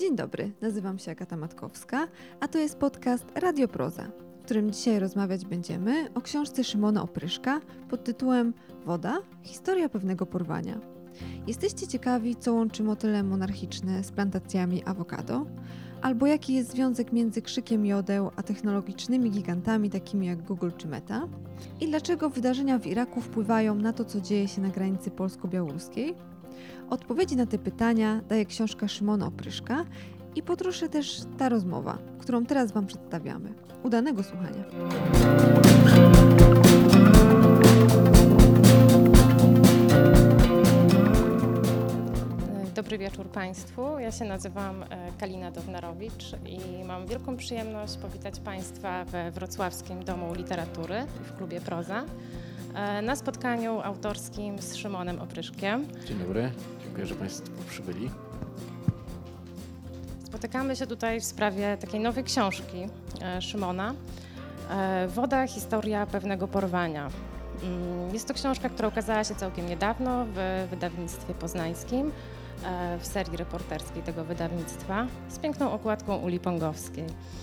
Dzień dobry, nazywam się Agata Matkowska, a to jest podcast Radioproza, w którym dzisiaj rozmawiać będziemy o książce Szymona Opryszka pod tytułem Woda – historia pewnego porwania. Jesteście ciekawi, co łączy motyle monarchiczne z plantacjami awokado? Albo jaki jest związek między krzykiem jodeł a technologicznymi gigantami takimi jak Google czy Meta? I dlaczego wydarzenia w Iraku wpływają na to, co dzieje się na granicy polsko-białoruskiej? Odpowiedzi na te pytania daje książka Szymona Opryszka i po trosze też ta rozmowa, którą teraz Wam przedstawiamy. Udanego słuchania. Dobry wieczór Państwu. Ja się nazywam Kalina Downerowicz i mam wielką przyjemność powitać Państwa we Wrocławskim Domu Literatury w klubie Proza na spotkaniu autorskim z Szymonem Opryszkiem. Dzień dobry, dziękuję, że Państwo przybyli. Spotykamy się tutaj w sprawie takiej nowej książki Szymona. Woda – historia pewnego porwania. Jest to książka, która ukazała się całkiem niedawno w wydawnictwie poznańskim, w serii reporterskiej tego wydawnictwa z piękną okładką Uli Pongowskiej.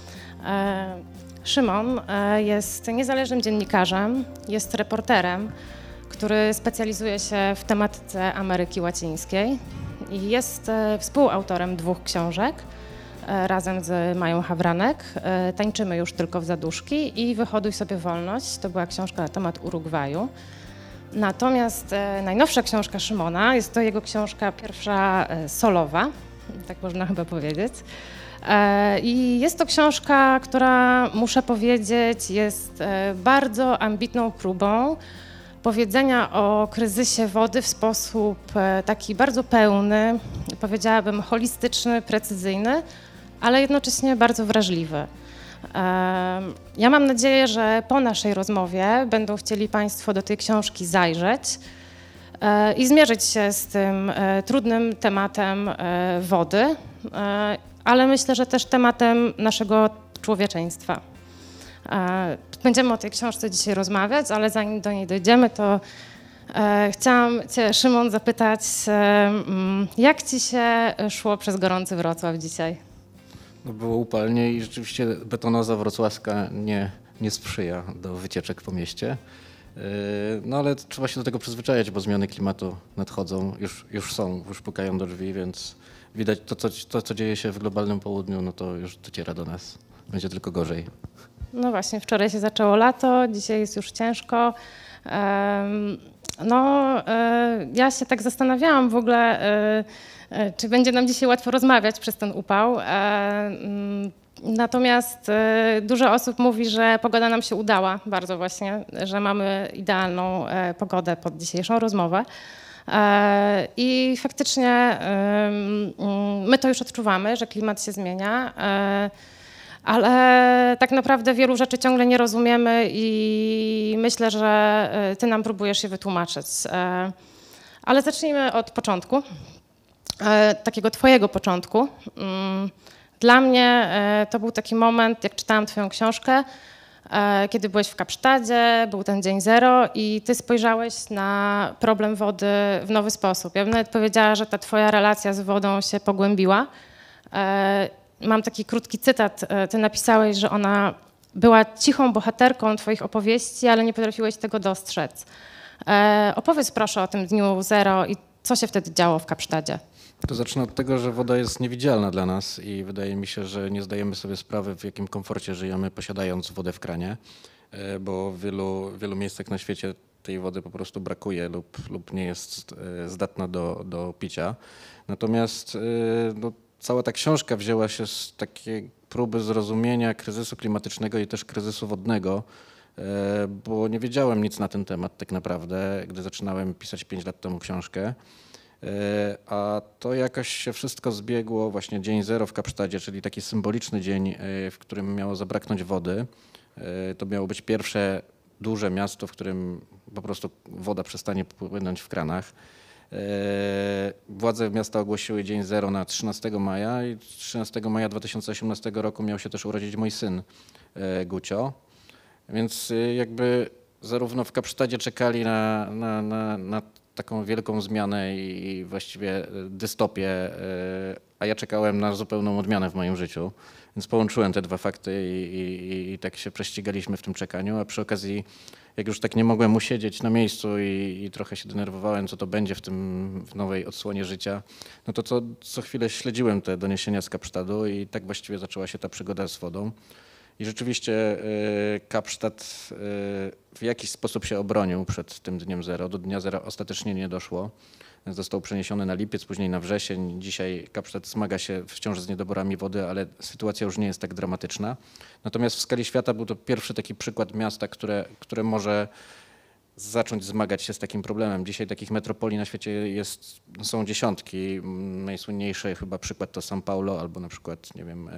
Szymon jest niezależnym dziennikarzem, jest reporterem, który specjalizuje się w tematyce Ameryki Łacińskiej i jest współautorem 2 książek razem z Mają Hawranek. Tańczymy już tylko w zaduszki i Wyhoduj sobie wolność. To była książka na temat Urugwaju. Natomiast najnowsza książka Szymona jest to jego książka pierwsza solowa, tak można chyba powiedzieć. I jest to książka, która, muszę powiedzieć, jest bardzo ambitną próbą powiedzenia o kryzysie wody w sposób taki bardzo pełny, powiedziałabym holistyczny, precyzyjny, ale jednocześnie bardzo wrażliwy. Ja mam nadzieję, że po naszej rozmowie będą chcieli Państwo do tej książki zajrzeć i zmierzyć się z tym trudnym tematem wody, ale myślę, że też tematem naszego człowieczeństwa. Będziemy o tej książce dzisiaj rozmawiać, ale zanim do niej dojdziemy, to chciałam Cię, Szymon, zapytać, jak Ci się szło przez gorący Wrocław dzisiaj? No było upalnie i rzeczywiście betonoza wrocławska nie sprzyja do wycieczek po mieście. No ale trzeba się do tego przyzwyczajać, bo zmiany klimatu nadchodzą, już pukają do drzwi, więc widać to, co dzieje się w globalnym południu, no to już dociera do nas. Będzie tylko gorzej. No właśnie, wczoraj się zaczęło lato, dzisiaj jest już ciężko. Ja się tak zastanawiałam w ogóle, czy będzie nam dzisiaj łatwo rozmawiać przez ten upał. Natomiast dużo osób mówi, że pogoda nam się udała bardzo właśnie, że mamy idealną pogodę pod dzisiejszą rozmowę. I faktycznie my to już odczuwamy, że klimat się zmienia. Ale tak naprawdę wielu rzeczy ciągle nie rozumiemy i myślę, że Ty nam próbujesz się wytłumaczyć. Ale zacznijmy od początku, takiego Twojego początku. Dla mnie to był taki moment, jak czytałam Twoją książkę, kiedy byłeś w Kapsztadzie, był ten dzień zero i Ty spojrzałeś na problem wody w nowy sposób. Ja bym nawet powiedziała, że ta Twoja relacja z wodą się pogłębiła. Mam taki krótki cytat. Ty napisałeś, że ona była cichą bohaterką Twoich opowieści, ale nie potrafiłeś tego dostrzec. Opowiedz proszę o tym dniu zero i co się wtedy działo w Kapsztadzie. To zacznę od tego, że woda jest niewidzialna dla nas i wydaje mi się, że nie zdajemy sobie sprawy, w jakim komforcie żyjemy, posiadając wodę w kranie, bo w wielu miejscach na świecie tej wody po prostu brakuje lub nie jest zdatna do picia. Natomiast cała ta książka wzięła się z takiej próby zrozumienia kryzysu klimatycznego i też kryzysu wodnego, bo nie wiedziałem nic na ten temat tak naprawdę, gdy zaczynałem pisać 5 lat temu książkę. A to jakoś się wszystko zbiegło, właśnie dzień zero w Kapsztadzie, czyli taki symboliczny dzień, w którym miało zabraknąć wody. To miało być pierwsze duże miasto, w którym po prostu woda przestanie płynąć w kranach. Władze miasta ogłosiły dzień zero na 13 maja i 13 maja 2018 roku miał się też urodzić mój syn Gucio. Więc jakby zarówno w Kapsztadzie czekali na taką wielką zmianę i właściwie dystopię, a ja czekałem na zupełną odmianę w moim życiu. Więc połączyłem te dwa fakty i tak się prześcigaliśmy w tym czekaniu, a przy okazji, jak już tak nie mogłem usiedzieć na miejscu i trochę się denerwowałem, co to będzie w nowej odsłonie życia, no to co chwilę śledziłem te doniesienia z Kapsztadu i tak właściwie zaczęła się ta przygoda z wodą. I rzeczywiście Kapsztad w jakiś sposób się obronił przed tym dniem zero. Do dnia zera ostatecznie nie doszło. Został przeniesiony na lipiec, później na wrzesień. Dzisiaj Kapsztad zmaga się wciąż z niedoborami wody, ale sytuacja już nie jest tak dramatyczna. Natomiast w skali świata był to pierwszy taki przykład miasta, które może zacząć zmagać się z takim problemem. Dzisiaj takich metropolii na świecie są dziesiątki. Najsłynniejszy chyba przykład to São Paulo albo na przykład, nie wiem,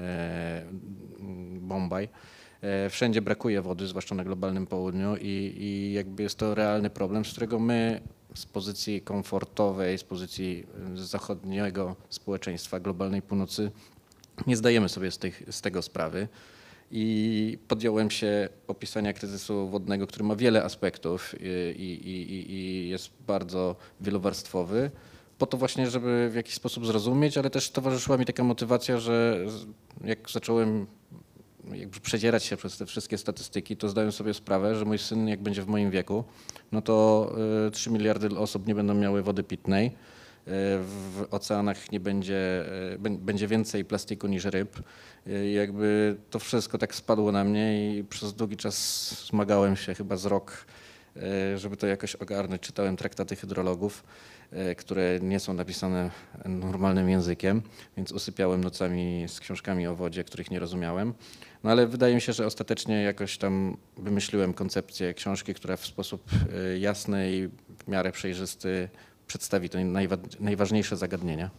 Bombaj. Wszędzie brakuje wody, zwłaszcza na globalnym południu i jakby jest to realny problem, z którego my z pozycji komfortowej, z pozycji zachodniego społeczeństwa, globalnej północy nie zdajemy sobie z tego sprawy. I podjąłem się opisania kryzysu wodnego, który ma wiele aspektów i jest bardzo wielowarstwowy, po to właśnie, żeby w jakiś sposób zrozumieć, ale też towarzyszyła mi taka motywacja, że jak zacząłem jakby przedzierać się przez te wszystkie statystyki, to zdałem sobie sprawę, że mój syn, jak będzie w moim wieku, no to 3 miliardy osób nie będą miały wody pitnej. W oceanach nie będzie więcej plastiku niż ryb. Jakby to wszystko tak spadło na mnie i przez długi czas zmagałem się chyba z rok, żeby to jakoś ogarnąć. Czytałem traktaty hydrologów, które nie są napisane normalnym językiem, więc usypiałem nocami z książkami o wodzie, których nie rozumiałem. No ale wydaje mi się, że ostatecznie jakoś tam wymyśliłem koncepcję książki, która w sposób jasny i w miarę przejrzysty przedstawi te najważniejsze zagadnienia.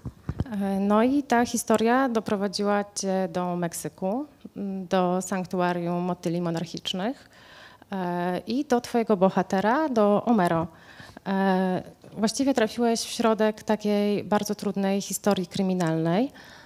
No i ta historia doprowadziła cię do Meksyku, do sanktuarium motyli monarchicznych i do twojego bohatera, do Homero. Właściwie trafiłeś w środek takiej bardzo trudnej historii kryminalnej.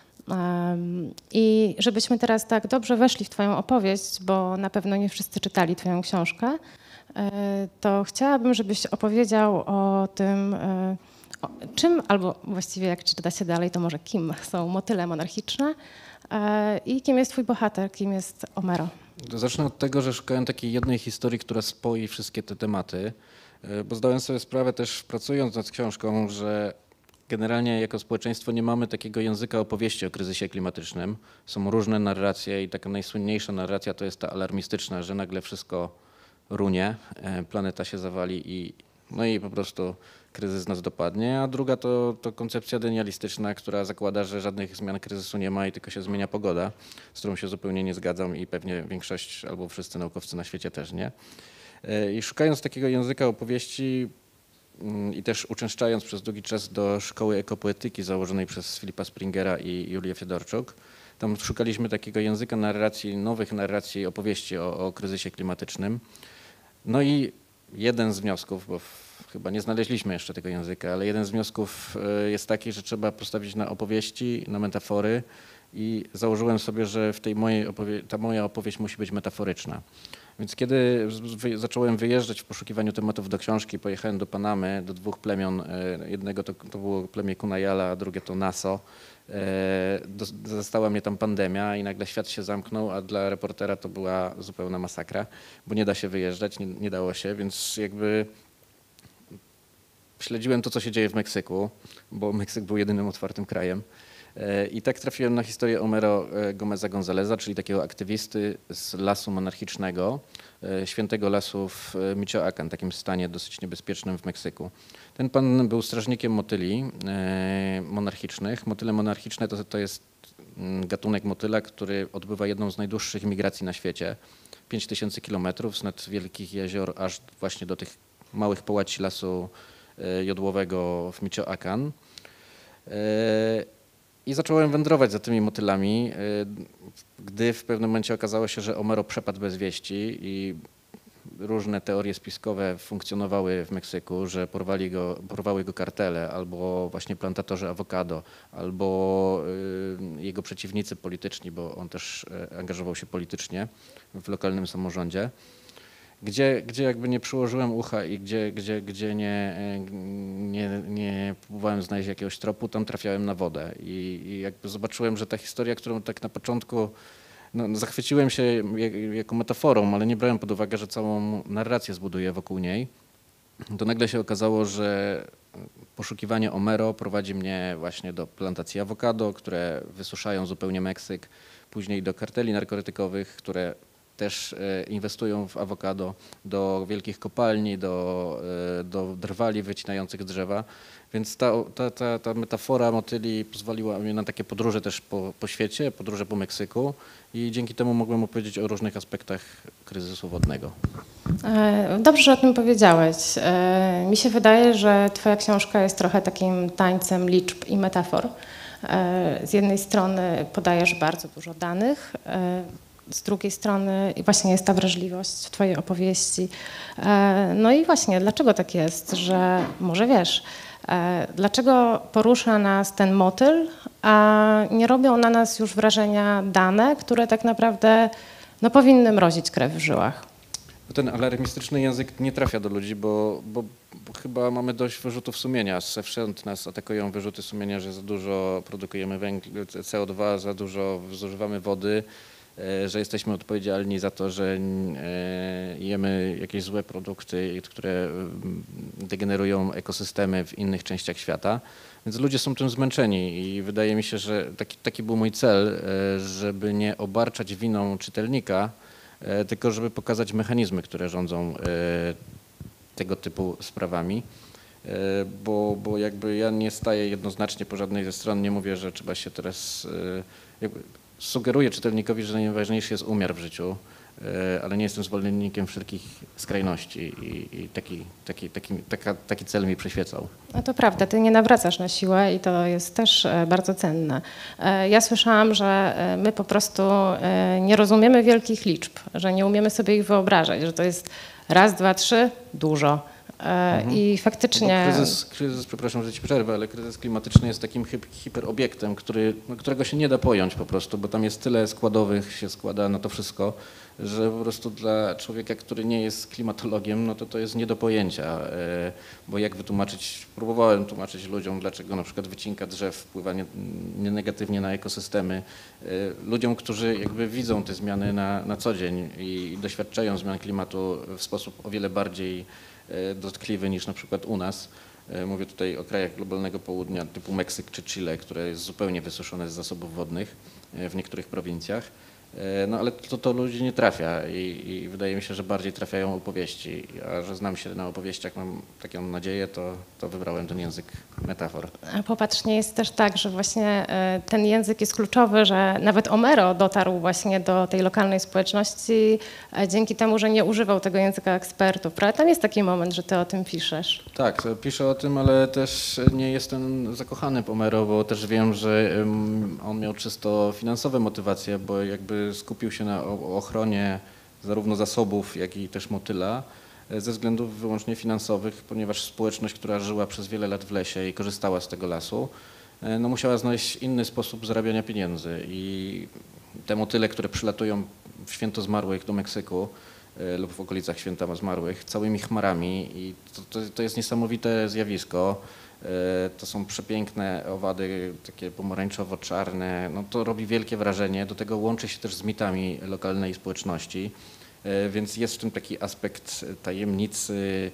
I żebyśmy teraz tak dobrze weszli w twoją opowieść, bo na pewno nie wszyscy czytali twoją książkę, to chciałabym, żebyś opowiedział o tym, czym, albo właściwie jak czyta się dalej, to może kim są motyle monarchiczne i kim jest twój bohater, kim jest Homero. Zacznę od tego, że szukałem takiej jednej historii, która spoi wszystkie te tematy, bo zdałem sobie sprawę też pracując nad książką, że generalnie jako społeczeństwo nie mamy takiego języka opowieści o kryzysie klimatycznym. Są różne narracje i taka najsłynniejsza narracja to jest ta alarmistyczna, że nagle wszystko runie, planeta się zawali no i po prostu kryzys nas dopadnie, a druga to koncepcja denialistyczna, która zakłada, że żadnych zmian kryzysu nie ma i tylko się zmienia pogoda, z którą się zupełnie nie zgadzam i pewnie większość albo wszyscy naukowcy na świecie też nie. I szukając takiego języka opowieści i też uczęszczając przez długi czas do szkoły ekopoetyki założonej przez Filipa Springera i Julię Fiedorczuk, tam szukaliśmy takiego języka narracji, nowych narracji opowieści o kryzysie klimatycznym. No i jeden z wniosków, bo chyba nie znaleźliśmy jeszcze tego języka, ale jeden z wniosków jest taki, że trzeba postawić na opowieści, na metafory i założyłem sobie, że w ta moja opowieść musi być metaforyczna. Więc kiedy zacząłem wyjeżdżać w poszukiwaniu tematów do książki, pojechałem do Panamy, do dwóch plemion. Jednego to było plemię Kunajala, a drugie to Naso. Zastała mnie tam pandemia i nagle świat się zamknął, a dla reportera to była zupełna masakra, bo nie da się wyjeżdżać, nie dało się, więc jakby śledziłem to, co się dzieje w Meksyku, bo Meksyk był jedynym otwartym krajem. I tak trafiłem na historię Homero Gomeza Gonzaleza, czyli takiego aktywisty z lasu monarchicznego, świętego lasu w Michoacán, takim stanie dosyć niebezpiecznym w Meksyku. Ten pan był strażnikiem motyli monarchicznych. Motyle monarchiczne to jest gatunek motyla, który odbywa jedną z najdłuższych migracji na świecie. 5000 kilometrów z nad wielkich jezior aż właśnie do tych małych połaci lasu jodłowego w Michoacán. I zacząłem wędrować za tymi motylami, gdy w pewnym momencie okazało się, że Homero przepadł bez wieści i różne teorie spiskowe funkcjonowały w Meksyku, że porwały go kartele albo właśnie plantatorzy awokado, albo jego przeciwnicy polityczni, bo on też angażował się politycznie w lokalnym samorządzie. Gdzie jakby nie przyłożyłem ucha i gdzie nie próbowałem znaleźć jakiegoś tropu, tam trafiałem na wodę. I jakby zobaczyłem, że ta historia, którą tak na początku zachwyciłem się jako metaforą, ale nie brałem pod uwagę, że całą narrację zbuduję wokół niej. To nagle się okazało, że poszukiwanie Homero prowadzi mnie właśnie do plantacji awokado, które wysuszają zupełnie Meksyk, później do karteli narkotykowych, które też inwestują w awokado, do wielkich kopalni, do drwali wycinających drzewa. Więc ta metafora motyli pozwoliła mi na takie podróże też po świecie, podróże po Meksyku i dzięki temu mogłem opowiedzieć o różnych aspektach kryzysu wodnego. Dobrze, że o tym powiedziałeś. Mi się wydaje, że twoja książka jest trochę takim tańcem liczb i metafor. Z jednej strony podajesz bardzo dużo danych, z drugiej strony właśnie jest ta wrażliwość w twojej opowieści. No i właśnie, dlaczego tak jest, że może wiesz, dlaczego porusza nas ten motyl, a nie robią na nas już wrażenia dane, które tak naprawdę powinny mrozić krew w żyłach? Ten alarmistyczny język nie trafia do ludzi, bo chyba mamy dość wyrzutów sumienia. Zewsząd nas atakują wyrzuty sumienia, że za dużo produkujemy CO2, za dużo zużywamy wody, że jesteśmy odpowiedzialni za to, że jemy jakieś złe produkty, które degenerują ekosystemy w innych częściach świata. Więc ludzie są tym zmęczeni i wydaje mi się, że taki był mój cel, żeby nie obarczać winą czytelnika, tylko żeby pokazać mechanizmy, które rządzą tego typu sprawami, bo jakby ja nie staję jednoznacznie po żadnej ze stron, nie mówię, że trzeba się teraz, sugeruję czytelnikowi, że najważniejszy jest umiar w życiu, ale nie jestem zwolennikiem wszelkich skrajności i taki cel mi przyświecał. No to prawda, ty nie nawracasz na siłę i to jest też bardzo cenne. Ja słyszałam, że my po prostu nie rozumiemy wielkich liczb, że nie umiemy sobie ich wyobrażać, że to jest raz, dwa, trzy, dużo. I faktycznie... Kryzys, przepraszam, że ci przerwę, ale kryzys klimatyczny jest takim hiperobiektem, którego się nie da pojąć po prostu, bo tam jest tyle składowych, się składa na to wszystko, że po prostu dla człowieka, który nie jest klimatologiem, no to jest nie do pojęcia, bo jak wytłumaczyć, próbowałem tłumaczyć ludziom, dlaczego na przykład wycinka drzew wpływa negatywnie na ekosystemy, ludziom, którzy jakby widzą te zmiany na co dzień i doświadczają zmian klimatu w sposób o wiele bardziej dotkliwy niż na przykład u nas. Mówię tutaj o krajach globalnego południa typu Meksyk czy Chile, które jest zupełnie wysuszone z zasobów wodnych w niektórych prowincjach. No ale to ludzi nie trafia i wydaje mi się, że bardziej trafiają opowieści. A że znam się na opowieściach, mam taką nadzieję, to wybrałem ten język metafor. A popatrz, nie jest też tak, że właśnie ten język jest kluczowy, że nawet Homero dotarł właśnie do tej lokalnej społeczności dzięki temu, że nie używał tego języka ekspertów. Prawda? Tam jest taki moment, że ty o tym piszesz. Tak, piszę o tym, ale też nie jestem zakochany w Homero, bo też wiem, że on miał czysto finansowe motywacje, bo jakby skupił się na ochronie zarówno zasobów, jak i też motyla ze względów wyłącznie finansowych, ponieważ społeczność, która żyła przez wiele lat w lesie i korzystała z tego lasu, no musiała znaleźć inny sposób zarabiania pieniędzy i te motyle, które przylatują w Święto Zmarłych do Meksyku lub w okolicach Święta Zmarłych całymi chmarami i to jest niesamowite zjawisko. To są przepiękne owady, takie pomarańczowo-czarne. No to robi wielkie wrażenie. Do tego łączy się też z mitami lokalnej społeczności, więc jest w tym taki aspekt tajemnicy,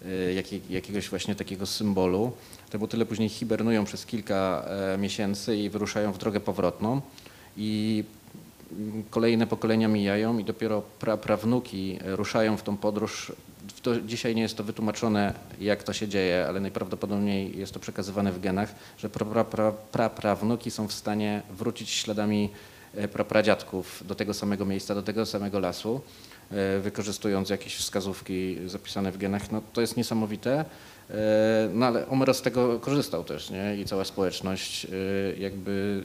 jakiegoś właśnie takiego symbolu. Te motyle później hibernują przez kilka miesięcy i wyruszają w drogę powrotną i kolejne pokolenia mijają i dopiero prawnuki ruszają w tą podróż. Dzisiaj nie jest to wytłumaczone, jak to się dzieje, ale najprawdopodobniej jest to przekazywane w genach, że prawnuki są w stanie wrócić śladami pradziadków do tego samego miejsca, do tego samego lasu, wykorzystując jakieś wskazówki zapisane w genach. No, to jest niesamowite, no ale Homero z tego korzystał też, nie? I cała społeczność jakby...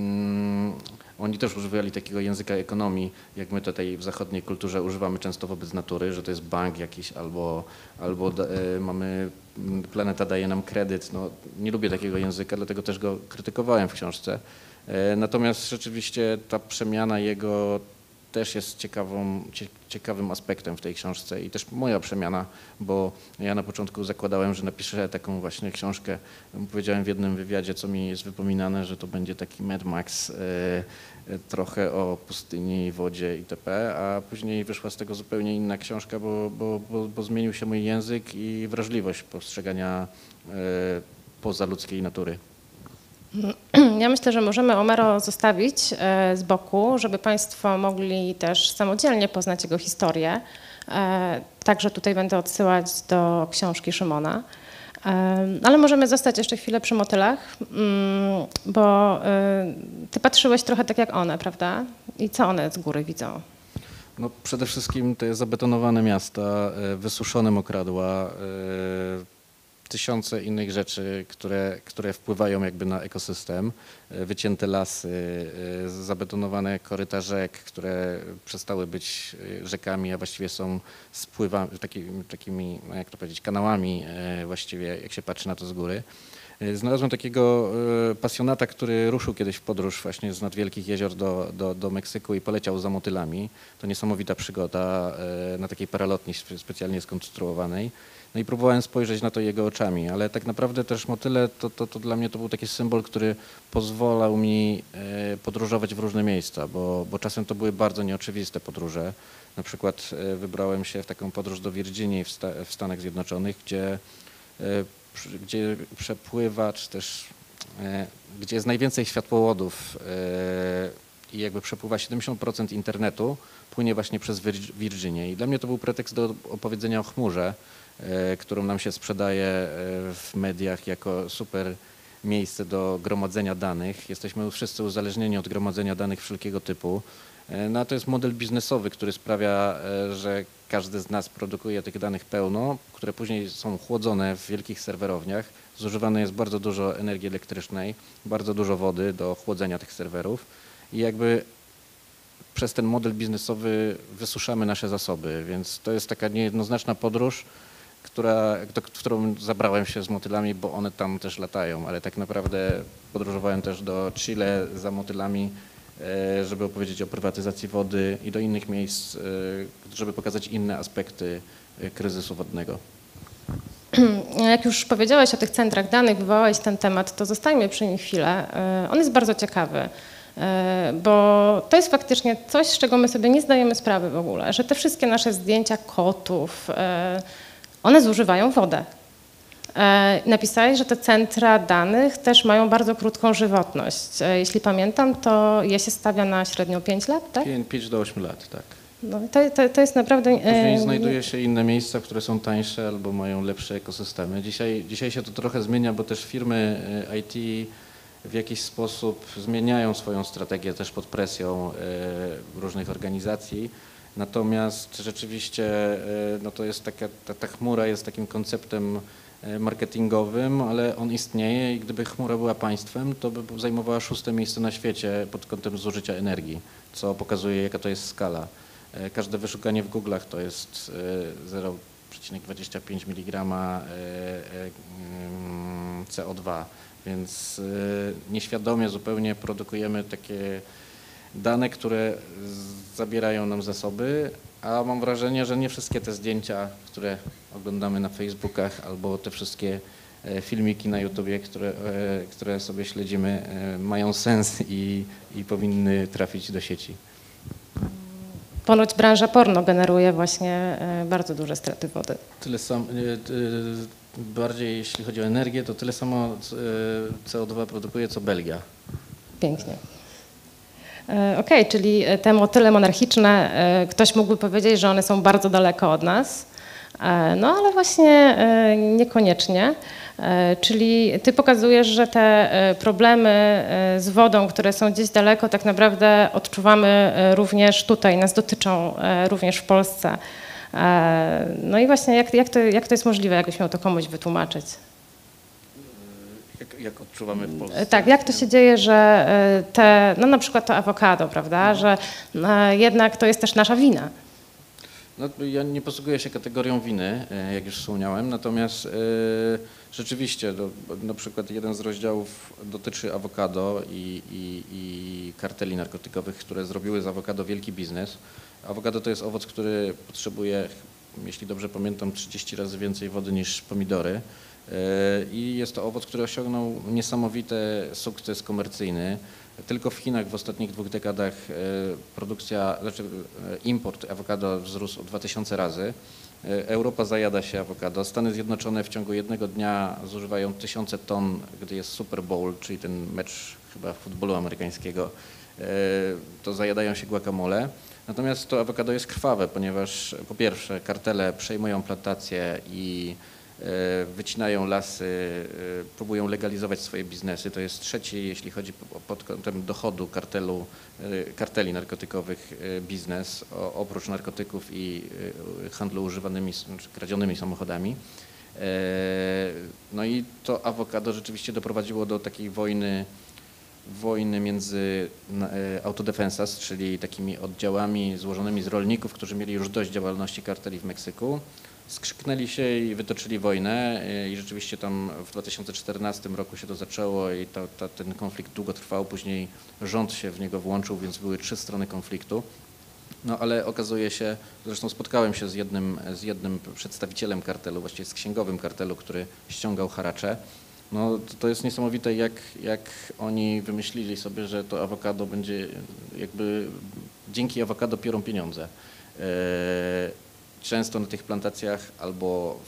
Oni też używali takiego języka ekonomii, jak my tutaj w zachodniej kulturze używamy często wobec natury, że to jest bank jakiś albo mamy, planeta daje nam kredyt. No, nie lubię takiego języka, dlatego też go krytykowałem w książce. Natomiast rzeczywiście ta przemiana jego też jest ciekawym aspektem w tej książce i też moja przemiana, bo ja na początku zakładałem, że napiszę taką właśnie książkę. Powiedziałem w jednym wywiadzie, co mi jest wypominane, że to będzie taki Mad Max, trochę o pustyni, wodzie itp., a później wyszła z tego zupełnie inna książka, bo zmienił się mój język i wrażliwość postrzegania pozaludzkiej natury. Ja myślę, że możemy Omero zostawić z boku, żeby Państwo mogli też samodzielnie poznać jego historię. Także tutaj będę odsyłać do książki Szymona. Ale możemy zostać jeszcze chwilę przy motylach, bo Ty patrzyłeś trochę tak jak one, prawda? I co one z góry widzą? No, przede wszystkim to jest zabetonowane miasta, wysuszone mokradła, tysiące innych rzeczy, które wpływają jakby na ekosystem, wycięte lasy, zabetonowane koryta rzek, które przestały być rzekami, a właściwie są spływami, takimi, jak to powiedzieć, kanałami właściwie, jak się patrzy na to z góry. Znalazłem takiego pasjonata, który ruszył kiedyś w podróż właśnie z nadwielkich jezior do Meksyku i poleciał za motylami. To niesamowita przygoda na takiej paralotni specjalnie skonstruowanej. No i próbowałem spojrzeć na to jego oczami, ale tak naprawdę też motyle to dla mnie to był taki symbol, który pozwalał mi podróżować w różne miejsca, bo czasem to były bardzo nieoczywiste podróże. Na przykład wybrałem się w taką podróż do Virginii w Stanach Zjednoczonych, gdzie przepływa, czy też gdzie jest najwięcej światłowodów i jakby przepływa 70% internetu, płynie właśnie przez Virginię. I dla mnie to był pretekst do opowiedzenia o chmurze, którą nam się sprzedaje w mediach jako super miejsce do gromadzenia danych. Jesteśmy wszyscy uzależnieni od gromadzenia danych wszelkiego typu. No a to jest model biznesowy, który sprawia, że każdy z nas produkuje tych danych pełno, które później są chłodzone w wielkich serwerowniach. Zużywane jest bardzo dużo energii elektrycznej, bardzo dużo wody do chłodzenia tych serwerów i jakby przez ten model biznesowy wysuszamy nasze zasoby, więc to jest taka niejednoznaczna podróż, w którą zabrałem się z motylami, bo one tam też latają, ale tak naprawdę podróżowałem też do Chile za motylami, żeby opowiedzieć o prywatyzacji wody i do innych miejsc, żeby pokazać inne aspekty kryzysu wodnego. Jak już powiedziałeś o tych centrach danych, wywołałeś ten temat, to zostańmy przy nim chwilę. On jest bardzo ciekawy, bo to jest faktycznie coś, z czego my sobie nie zdajemy sprawy w ogóle, że te wszystkie nasze zdjęcia kotów, one zużywają wodę. Napisałeś, że te centra danych też mają bardzo krótką żywotność. Jeśli pamiętam, to je się stawia na średnio 5 lat, tak? 5 do 8 lat, tak. No, to jest naprawdę... Później znajduje się inne miejsca, które są tańsze albo mają lepsze ekosystemy. Dzisiaj się to trochę zmienia, bo też firmy IT w jakiś sposób zmieniają swoją strategię też pod presją różnych organizacji. Natomiast rzeczywiście no to jest ta chmura jest takim konceptem marketingowym, ale on istnieje i gdyby chmura była państwem, to by zajmowała 6. miejsce na świecie pod kątem zużycia energii, co pokazuje, jaka to jest skala. Każde wyszukanie w Google'ach to jest 0,25 mg CO2, więc nieświadomie zupełnie produkujemy takie dane, które zabierają nam zasoby, a mam wrażenie, że nie wszystkie te zdjęcia, które oglądamy na Facebookach albo te wszystkie filmiki na YouTubie, które sobie śledzimy, mają sens i powinny trafić do sieci. Ponoć branża porno generuje właśnie bardzo duże straty wody. Bardziej jeśli chodzi o energię, to tyle samo CO2 produkuje co Belgia. Pięknie. Okej, czyli te motyle monarchiczne, ktoś mógłby powiedzieć, że one są bardzo daleko od nas, no ale właśnie niekoniecznie. Czyli ty pokazujesz, że te problemy z wodą, które są gdzieś daleko, tak naprawdę odczuwamy również tutaj, nas dotyczą również w Polsce. No i właśnie jak to jest możliwe, jakbyś miał to komuś wytłumaczyć? Jak odczuwamy w Polsce? Tak, jak to się dzieje, że no na przykład to awokado, prawda, że jednak to jest też nasza wina. No, ja nie posługuję się kategorią winy, jak już wspomniałem, natomiast rzeczywiście na przykład jeden z rozdziałów dotyczy awokado i karteli narkotykowych, które zrobiły z awokado wielki biznes. Awokado to jest owoc, który potrzebuje, jeśli dobrze pamiętam, 30 razy więcej wody niż pomidory. I jest to owoc, który osiągnął niesamowity sukces komercyjny. Tylko w Chinach w ostatnich 2 dekadach import awokado wzrósł o 2000 razy. Europa zajada się awokado. Stany Zjednoczone w ciągu jednego dnia zużywają 1000 ton, gdy jest Super Bowl, czyli ten mecz chyba futbolu amerykańskiego, to zajadają się guacamole. Natomiast to awokado jest krwawe, ponieważ po pierwsze kartele przejmują plantacje i wycinają lasy, próbują legalizować swoje biznesy. To jest trzeci, jeśli chodzi pod kątem dochodu karteli narkotykowych biznes, oprócz narkotyków i handlu używanymi, czy kradzionymi samochodami. No i to awokado rzeczywiście doprowadziło do takiej wojny między Autodefensas, czyli takimi oddziałami złożonymi z rolników, którzy mieli już dość działalności karteli w Meksyku. Skrzyknęli się i wytoczyli wojnę i rzeczywiście tam w 2014 roku się to zaczęło i ten konflikt długo trwał, później rząd się w niego włączył, więc były 3 strony konfliktu. No ale okazuje się, zresztą spotkałem się z jednym przedstawicielem kartelu, właściwie z księgowym kartelu, który ściągał haracze. No to jest niesamowite, jak oni wymyślili sobie, że to awokado będzie jakby dzięki awokado piorą pieniądze. Często na tych plantacjach albo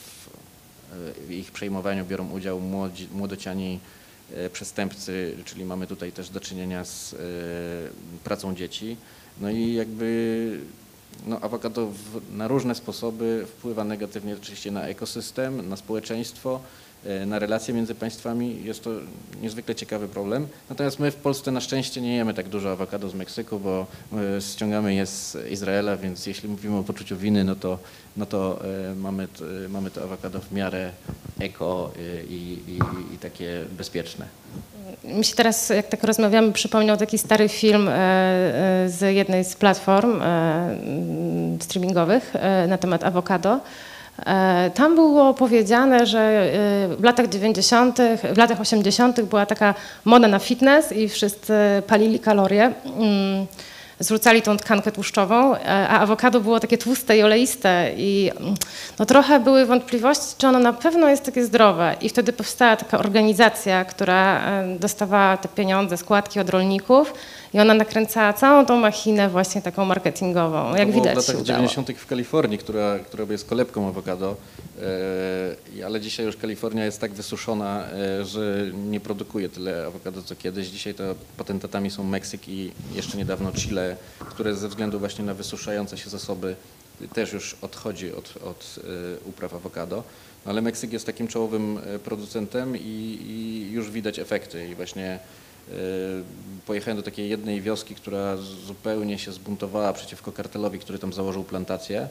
w ich przejmowaniu biorą udział młodociani przestępcy, czyli mamy tutaj też do czynienia z pracą dzieci. No i jakby awokado na różne sposoby wpływa negatywnie oczywiście na ekosystem, na społeczeństwo, na relacje między państwami. Jest to niezwykle ciekawy problem. Natomiast my w Polsce na szczęście nie jemy tak dużo awokado z Meksyku, bo ściągamy je z Izraela, więc jeśli mówimy o poczuciu winy, no to mamy to awokado w miarę eko i takie bezpieczne. Mi się teraz, jak tak rozmawiamy, przypomniał taki stary film z jednej z platform streamingowych na temat awokado. Tam było powiedziane, że w latach 90., w latach 80. była taka moda na fitness i wszyscy palili kalorie, zrzucali tą tkankę tłuszczową, a awokado było takie tłuste i oleiste i no trochę były wątpliwości, czy ono na pewno jest takie zdrowe i wtedy powstała taka organizacja, która dostawała te pieniądze, składki od rolników i ona nakręcała całą tą machinę właśnie taką marketingową, jak widać. W latach 90. w Kalifornii, która jest kolebką awokado, ale dzisiaj już Kalifornia jest tak wysuszona, że nie produkuje tyle awokado co kiedyś. Dzisiaj to potentatami są Meksyk i jeszcze niedawno Chile, które ze względu właśnie na wysuszające się zasoby też już odchodzi od upraw awokado. No, ale Meksyk jest takim czołowym producentem i już widać efekty. I właśnie pojechałem do takiej jednej wioski, która zupełnie się zbuntowała przeciwko kartelowi, który tam założył plantację.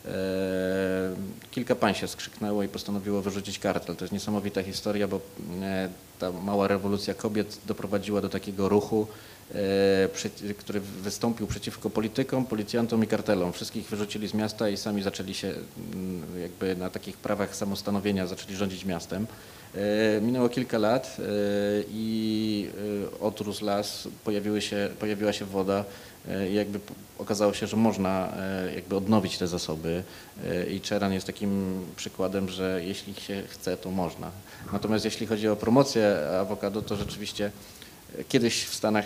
Kilka pań się skrzyknęło i postanowiło wyrzucić kartel. To jest niesamowita historia, bo ta mała rewolucja kobiet doprowadziła do takiego ruchu, który wystąpił przeciwko politykom, policjantom i kartelom. Wszystkich wyrzucili z miasta i sami zaczęli się jakby na takich prawach samostanowienia zaczęli rządzić miastem. Minęło kilka lat i odrósł las, pojawiła się woda i jakby okazało się, że można jakby odnowić te zasoby i Czeran jest takim przykładem, że jeśli się chce, to można. Natomiast jeśli chodzi o promocję awokado, to rzeczywiście kiedyś w Stanach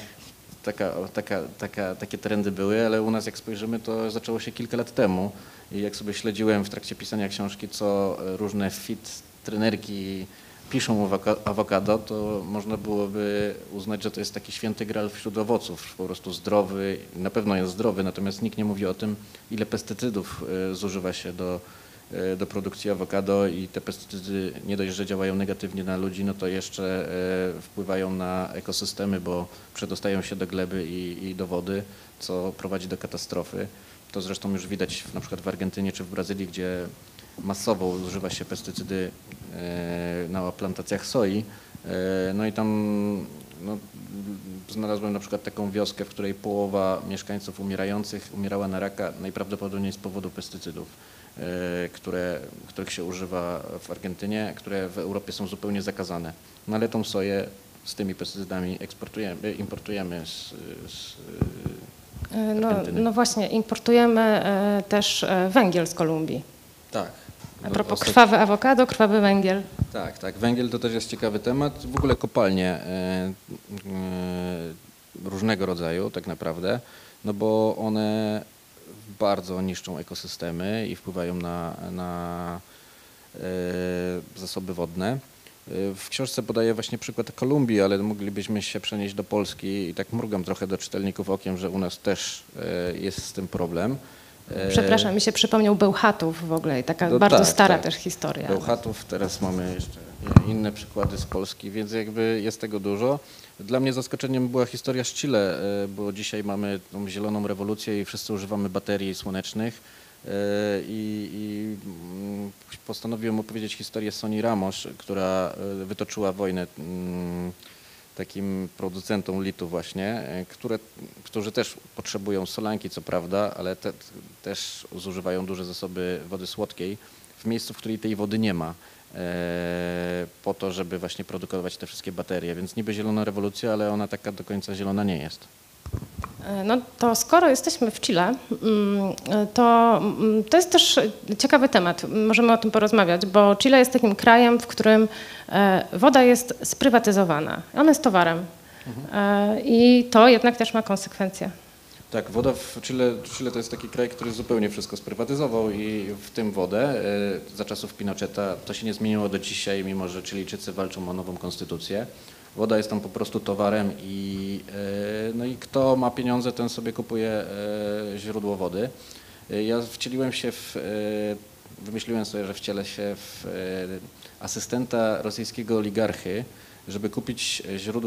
takie trendy były, ale u nas jak spojrzymy, to zaczęło się kilka lat temu i jak sobie śledziłem w trakcie pisania książki, co różne fit trenerki piszą o awokado, to można byłoby uznać, że to jest taki święty gral wśród owoców, po prostu zdrowy, na pewno jest zdrowy, natomiast nikt nie mówi o tym, ile pestycydów zużywa się do produkcji awokado i te pestycydy nie dość, że działają negatywnie na ludzi, no to jeszcze wpływają na ekosystemy, bo przedostają się do gleby i do wody, co prowadzi do katastrofy. To zresztą już widać na przykład w Argentynie czy w Brazylii, gdzie masowo używa się pestycydy na plantacjach soi. No i tam no, znalazłem na przykład taką wioskę, w której połowa mieszkańców umierających umierała na raka najprawdopodobniej z powodu pestycydów, których się używa w Argentynie, które w Europie są zupełnie zakazane. No ale tą soję z tymi pestycydami importujemy z Argentyny. No właśnie, importujemy też węgiel z Kolumbii. Tak. A propos krwawe awokado, krwawy węgiel. Tak. Węgiel to też jest ciekawy temat. W ogóle kopalnie różnego rodzaju tak naprawdę, no bo one bardzo niszczą ekosystemy i wpływają na zasoby wodne. W książce podaję właśnie przykład Kolumbii, ale moglibyśmy się przenieść do Polski i tak mrugam trochę do czytelników okiem, że u nas też jest z tym problem. Przepraszam, mi się przypomniał Bełchatów w ogóle i taka bardzo stara też historia. Bełchatów, teraz mamy jeszcze inne przykłady z Polski, więc jakby jest tego dużo. Dla mnie zaskoczeniem była historia z Chile, bo dzisiaj mamy tą zieloną rewolucję i wszyscy używamy baterii słonecznych i postanowiłem opowiedzieć historię Soni Ramos, która wytoczyła wojnę takim producentom litu właśnie, którzy też potrzebują solanki, co prawda, ale też zużywają duże zasoby wody słodkiej w miejscu, w której tej wody nie ma, po to, żeby właśnie produkować te wszystkie baterie. Więc niby zielona rewolucja, ale ona taka do końca zielona nie jest. No to skoro jesteśmy w Chile, to jest też ciekawy temat. Możemy o tym porozmawiać, bo Chile jest takim krajem, w którym woda jest sprywatyzowana. Ona jest towarem. I to jednak też ma konsekwencje. Tak, woda w Chile to jest taki kraj, który zupełnie wszystko sprywatyzował i w tym wodę. Za czasów Pinocheta to się nie zmieniło do dzisiaj, mimo że Chilijczycy walczą o nową konstytucję. Woda jest tam po prostu towarem no i kto ma pieniądze, ten sobie kupuje źródło wody. Ja wymyśliłem sobie, że wcielę się w asystenta rosyjskiego oligarchy, żeby kupić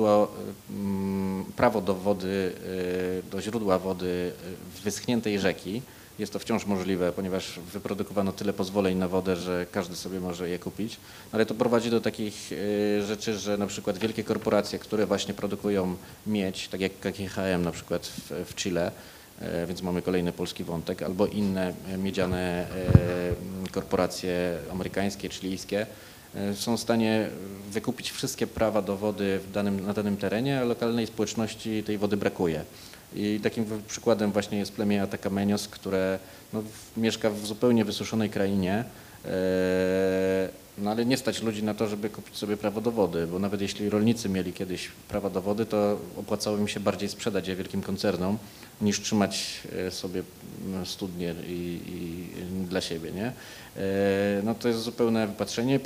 prawo do wody, do źródła wody wyschniętej rzeki. Jest to wciąż możliwe, ponieważ wyprodukowano tyle pozwoleń na wodę, że każdy sobie może je kupić. Ale to prowadzi do takich rzeczy, że na przykład wielkie korporacje, które właśnie produkują miedź, tak jak KGHM na przykład w Chile, więc mamy kolejny polski wątek, albo inne miedziane korporacje amerykańskie, chilijskie, są w stanie wykupić wszystkie prawa do wody na danym terenie, a lokalnej społeczności tej wody brakuje. I takim przykładem właśnie jest plemię Atacameños, które mieszka w zupełnie wysuszonej krainie, no ale nie stać ludzi na to, żeby kupić sobie prawo do wody, bo nawet jeśli rolnicy mieli kiedyś prawa do wody, to opłacało im się bardziej sprzedać je wielkim koncernom, niż trzymać sobie studnie i dla siebie, nie? No to jest zupełne wypatrzenie.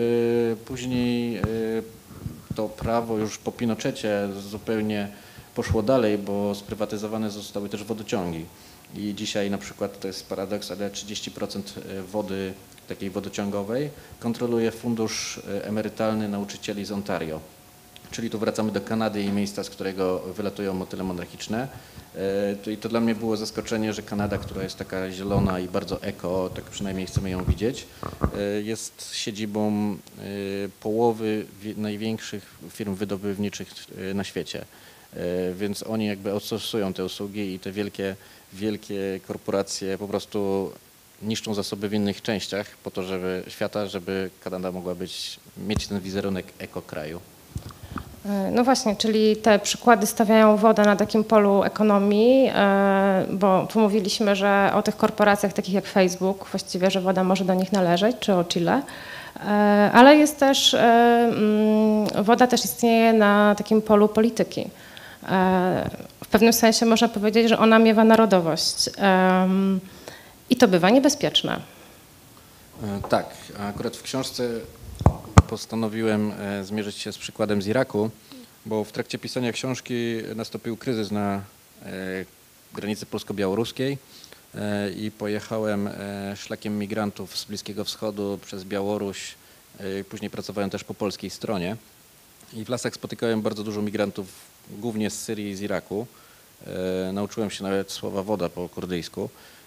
Później to prawo już po Pinochecie zupełnie poszło dalej, bo sprywatyzowane zostały też wodociągi. I dzisiaj na przykład, to jest paradoks, ale 30% wody takiej wodociągowej kontroluje fundusz emerytalny nauczycieli z Ontario. Czyli tu wracamy do Kanady i miejsca, z którego wylatują motyle monarchiczne. I to dla mnie było zaskoczenie, że Kanada, która jest taka zielona i bardzo eko, tak przynajmniej chcemy ją widzieć, jest siedzibą połowy największych firm wydobywniczych na świecie. Więc oni jakby outsourcują te usługi i te wielkie korporacje po prostu niszczą zasoby w innych częściach po to, żeby Kanada mogła mieć ten wizerunek eko-kraju. No właśnie, czyli te przykłady stawiają wodę na takim polu ekonomii, bo tu mówiliśmy, że o tych korporacjach takich jak Facebook, właściwie, że woda może do nich należeć, czy o Chile, ale jest też, woda też istnieje na takim polu polityki. W pewnym sensie można powiedzieć, że ona miewa narodowość i to bywa niebezpieczne. Tak, akurat w książce postanowiłem zmierzyć się z przykładem z Iraku, bo w trakcie pisania książki nastąpił kryzys na granicy polsko-białoruskiej i pojechałem szlakiem migrantów z Bliskiego Wschodu przez Białoruś, później pracowałem też po polskiej stronie i w lasach spotykałem bardzo dużo migrantów, głównie z Syrii i z Iraku. Nauczyłem się nawet słowa woda po kurdyjsku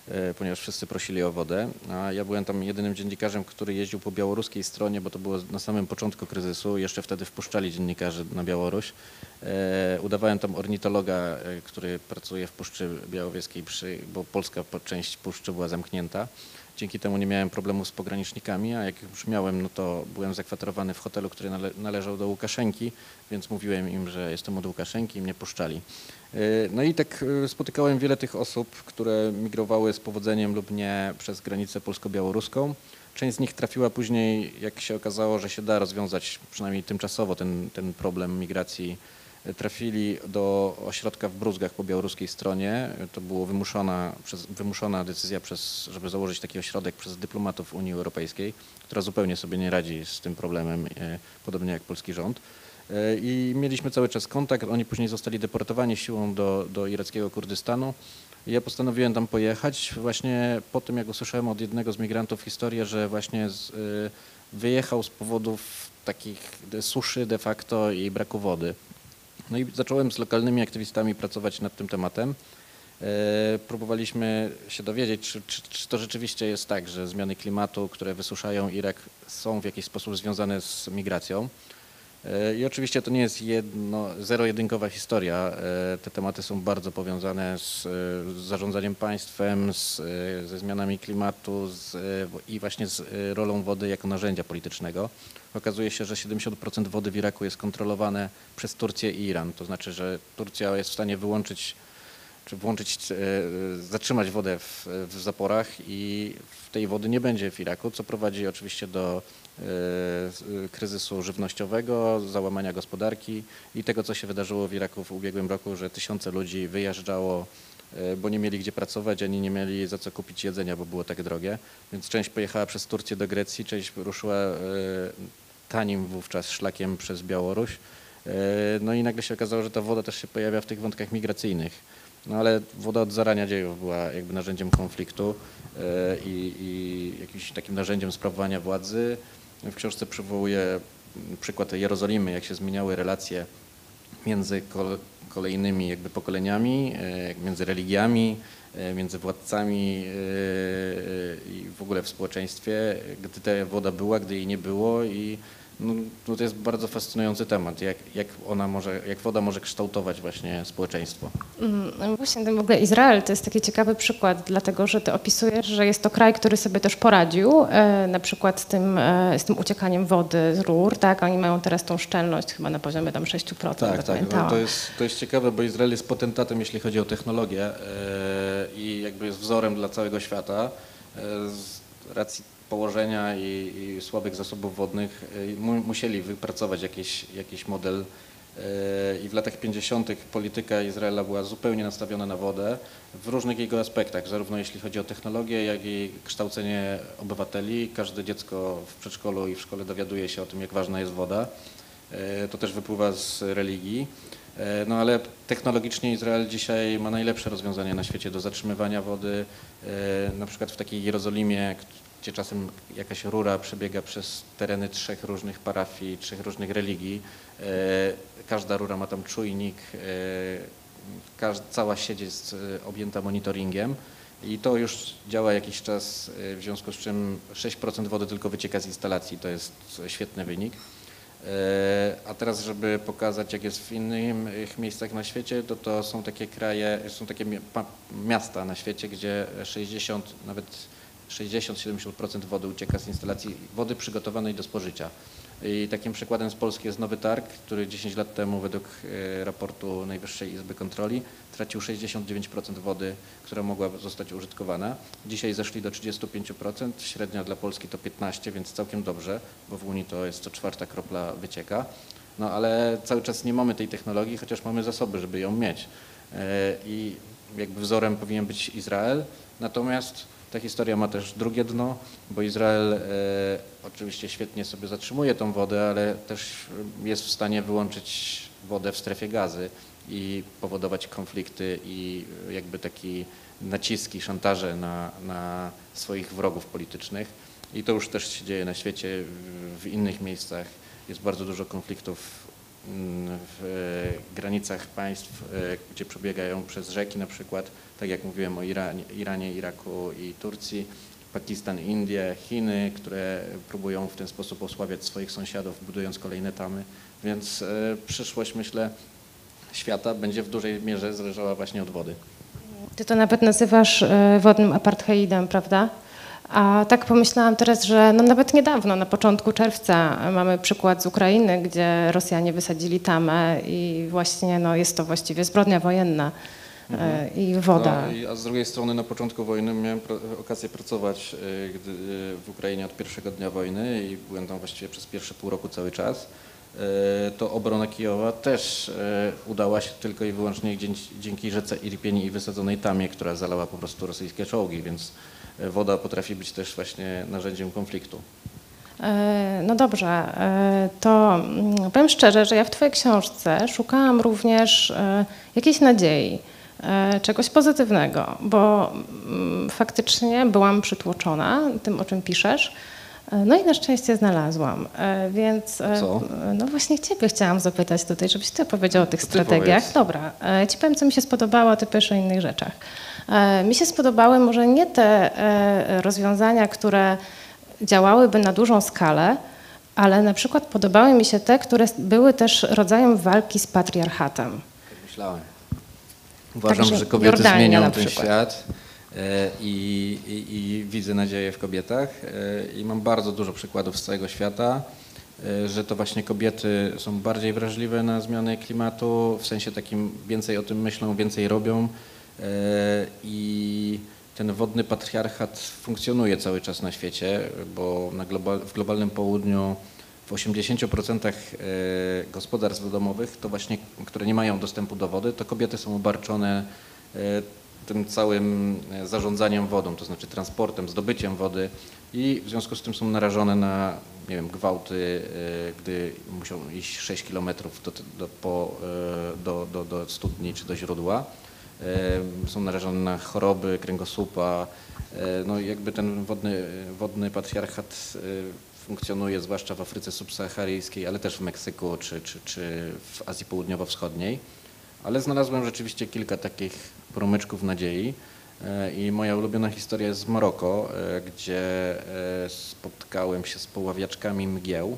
ponieważ wszyscy prosili o wodę, a ja byłem tam jedynym dziennikarzem, który jeździł po białoruskiej stronie, bo to było na samym początku kryzysu, jeszcze wtedy wpuszczali dziennikarzy na Białoruś. Udawałem tam ornitologa, który pracuje w Puszczy Białowieskiej, bo polska część puszczy była zamknięta. Dzięki temu nie miałem problemów z pogranicznikami, a jak już miałem, no to byłem zakwaterowany w hotelu, który należał do Łukaszenki, więc mówiłem im, że jestem od Łukaszenki i mnie puszczali. No i tak spotykałem wiele tych osób, które migrowały z powodzeniem lub nie przez granicę polsko-białoruską. Część z nich trafiła później, jak się okazało, że się da rozwiązać przynajmniej tymczasowo ten problem migracji. Trafili do ośrodka w Bruzgach po białoruskiej stronie. To była wymuszona decyzja, żeby założyć taki ośrodek przez dyplomatów Unii Europejskiej, która zupełnie sobie nie radzi z tym problemem, podobnie jak polski rząd. I mieliśmy cały czas kontakt. Oni później zostali deportowani siłą do irackiego Kurdystanu. Ja postanowiłem tam pojechać właśnie po tym, jak usłyszałem od jednego z migrantów historię, że właśnie wyjechał z powodów takich suszy de facto i braku wody. No i zacząłem z lokalnymi aktywistami pracować nad tym tematem. Próbowaliśmy się dowiedzieć, czy to rzeczywiście jest tak, że zmiany klimatu, które wysuszają Irak, są w jakiś sposób związane z migracją. I oczywiście to nie jest zero-jedynkowa historia. Te tematy są bardzo powiązane z zarządzaniem państwem, ze zmianami klimatu i właśnie z rolą wody jako narzędzia politycznego. Okazuje się, że 70% wody w Iraku jest kontrolowane przez Turcję i Iran. To znaczy, że Turcja jest w stanie zatrzymać wodę w zaporach i tej wody nie będzie w Iraku, co prowadzi oczywiście do kryzysu żywnościowego, załamania gospodarki i tego, co się wydarzyło w Iraku w ubiegłym roku, że tysiące ludzi wyjeżdżało, bo nie mieli gdzie pracować, ani nie mieli za co kupić jedzenia, bo było tak drogie. Więc część pojechała przez Turcję do Grecji, część ruszyła tanim wówczas szlakiem przez Białoruś. No i nagle się okazało, że ta woda też się pojawia w tych wątkach migracyjnych. No ale woda od zarania dziejów była jakby narzędziem konfliktu i jakimś takim narzędziem sprawowania władzy. W książce przywołuję przykład Jerozolimy, jak się zmieniały relacje między kolejnymi jakby pokoleniami, między religiami, między władcami i w ogóle w społeczeństwie, gdy ta woda była, gdy jej nie było i no to jest bardzo fascynujący temat, jak woda może kształtować właśnie społeczeństwo. No właśnie, w ogóle Izrael to jest taki ciekawy przykład, dlatego że ty opisujesz, że jest to kraj, który sobie też poradził, na przykład z tym uciekaniem wody z rur, tak? Oni mają teraz tą szczelność chyba na poziomie tam 6%. Tak. No, to jest ciekawe, bo Izrael jest potentatem, jeśli chodzi o technologię i jakby jest wzorem dla całego świata z racji położenia i słabych zasobów wodnych musieli wypracować jakiś model i w latach 50. polityka Izraela była zupełnie nastawiona na wodę w różnych jego aspektach, zarówno jeśli chodzi o technologię, jak i kształcenie obywateli. Każde dziecko w przedszkolu i w szkole dowiaduje się o tym, jak ważna jest woda. To też wypływa z religii. No ale technologicznie Izrael dzisiaj ma najlepsze rozwiązania na świecie do zatrzymywania wody. Na przykład w takiej Jerozolimie, gdzie czasem jakaś rura przebiega przez tereny 3 różnych parafii, 3 różnych religii. Każda rura ma tam czujnik, cała sieć jest objęta monitoringiem i to już działa jakiś czas, w związku z czym 6% wody tylko wycieka z instalacji, to jest świetny wynik. A teraz, żeby pokazać, jak jest w innych miejscach na świecie, to są takie miasta na świecie, gdzie 60-70% wody ucieka z instalacji wody przygotowanej do spożycia. I takim przykładem z Polski jest Nowy Targ, który 10 lat temu według raportu Najwyższej Izby Kontroli tracił 69% wody, która mogła zostać użytkowana. Dzisiaj zeszli do 35%, średnia dla Polski to 15%, więc całkiem dobrze, bo w Unii to jest co 4. kropla wycieka. No ale cały czas nie mamy tej technologii, chociaż mamy zasoby, żeby ją mieć. I jakby wzorem powinien być Izrael, natomiast ta historia ma też drugie dno, bo Izrael oczywiście świetnie sobie zatrzymuje tą wodę, ale też jest w stanie wyłączyć wodę w strefie Gazy i powodować konflikty i jakby takie naciski, szantaże na swoich wrogów politycznych. I to już też się dzieje na świecie, w innych miejscach. Jest bardzo dużo konfliktów w granicach państw, gdzie przebiegają przez rzeki na przykład, tak jak mówiłem o Iranie, Iraku i Turcji, Pakistan, Indie, Chiny, które próbują w ten sposób osłabiać swoich sąsiadów, budując kolejne tamy, więc przyszłość, myślę, świata będzie w dużej mierze zależała właśnie od wody. Ty to nawet nazywasz wodnym apartheidem, prawda? A tak pomyślałam teraz, że no nawet niedawno, na początku czerwca mamy przykład z Ukrainy, gdzie Rosjanie wysadzili tamę i właśnie no, jest to właściwie zbrodnia wojenna i woda. No, a z drugiej strony na początku wojny miałem okazję pracować w Ukrainie od pierwszego dnia wojny i byłem tam właściwie przez pierwsze pół roku cały czas. To obrona Kijowa też udała się tylko i wyłącznie dzięki rzece Irpieni i wysadzonej tamie, która zalała po prostu rosyjskie czołgi, więc woda potrafi być też właśnie narzędziem konfliktu. No dobrze, to powiem szczerze, że ja w twojej książce szukałam również jakiejś nadziei, czegoś pozytywnego, bo faktycznie byłam przytłoczona tym, o czym piszesz. No i na szczęście znalazłam, więc Co? no właśnie ciebie chciałam zapytać tutaj, żebyś ty opowiedział o tych To ty strategiach. powiedz. Dobra, ja ci powiem, co mi się spodobało, a ty powiesz o innych rzeczach. Mi się spodobały może nie te rozwiązania, które działałyby na dużą skalę, ale na przykład podobały mi się te, które były też rodzajem walki z patriarchatem. Tak myślałem. Uważam, Także że kobiety Jordania zmienią na ten przykład. świat i widzę nadzieję w kobietach i mam bardzo dużo przykładów z całego świata, że to właśnie kobiety są bardziej wrażliwe na zmiany klimatu, w sensie takim więcej o tym myślą, więcej robią i ten wodny patriarchat funkcjonuje cały czas na świecie, bo w globalnym południu w 80% gospodarstw domowych, to właśnie, które nie mają dostępu do wody, to kobiety są obarczone tym całym zarządzaniem wodą, to znaczy transportem, zdobyciem wody i w związku z tym są narażone na, nie wiem, gwałty, gdy muszą iść 6 kilometrów do studni czy do źródła. Są narażone na choroby kręgosłupa. No jakby ten wodny patriarchat funkcjonuje zwłaszcza w Afryce subsaharyjskiej, ale też w Meksyku czy w Azji Południowo-Wschodniej. Ale znalazłem rzeczywiście kilka takich promyczków nadziei i moja ulubiona historia jest z Maroko, gdzie spotkałem się z poławiaczkami mgieł.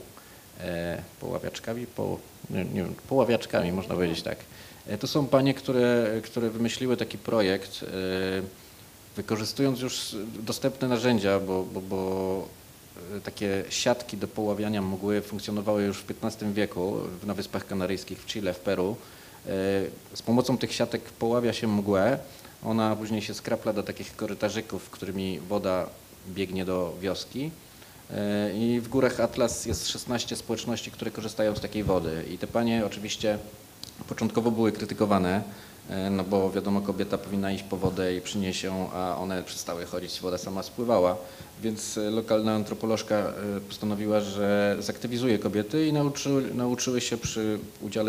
Poławiaczkami, można powiedzieć tak. To są panie, które wymyśliły taki projekt, wykorzystując już dostępne narzędzia, bo takie siatki do poławiania mgły funkcjonowały już w XV wieku na Wyspach Kanaryjskich, w Chile, w Peru. Z pomocą tych siatek poławia się mgłę, ona później się skrapla do takich korytarzyków, którymi woda biegnie do wioski. I w górach Atlas jest 16 społeczności, które korzystają z takiej wody. I te panie oczywiście początkowo były krytykowane, no bo wiadomo, kobieta powinna iść po wodę i przynieść ją, a one przestały chodzić, woda sama spływała. Więc lokalna antropolożka postanowiła, że zaktywizuje kobiety i nauczyły się przy udziale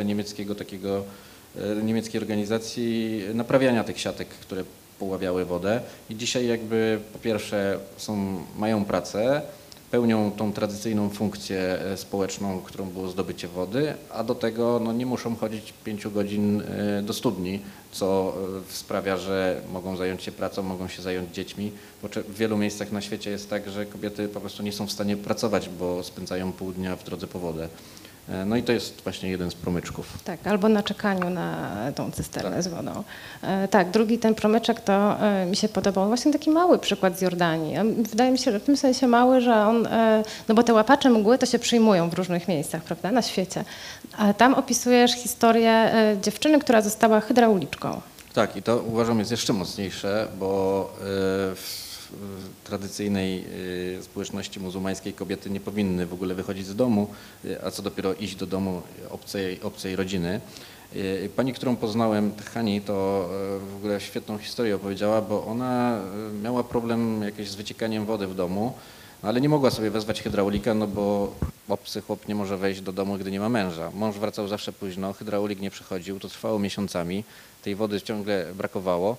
niemieckiej organizacji naprawiania tych siatek, które poławiały wodę. I dzisiaj jakby po pierwsze mają pracę, pełnią tą tradycyjną funkcję społeczną, którą było zdobycie wody, a do tego no, nie muszą chodzić 5 godzin do studni, co sprawia, że mogą zająć się pracą, mogą się zająć dziećmi, bo w wielu miejscach na świecie jest tak, że kobiety po prostu nie są w stanie pracować, bo spędzają pół dnia w drodze po wodę. No i to jest właśnie jeden z promyczków. Tak, albo na czekaniu na tą cysternę z wodą. Tak, drugi ten promyczek to mi się podobał. Właśnie taki mały przykład z Jordanii. Wydaje mi się, że w tym sensie mały, że on, no bo te łapacze mgły to się przyjmują w różnych miejscach, prawda, na świecie. A tam opisujesz historię dziewczyny, która została hydrauliczką. Tak, i to uważam jest jeszcze mocniejsze, bo w tradycyjnej społeczności muzułmańskiej kobiety nie powinny w ogóle wychodzić z domu, a co dopiero iść do domu obcej rodziny. Pani, którą poznałem, Hani, to w ogóle świetną historię opowiedziała, bo ona miała problem jakiś z wyciekaniem wody w domu, ale nie mogła sobie wezwać hydraulika, no bo obcy chłop nie może wejść do domu, gdy nie ma męża. Mąż wracał zawsze późno, hydraulik nie przychodził, to trwało miesiącami, tej wody ciągle brakowało.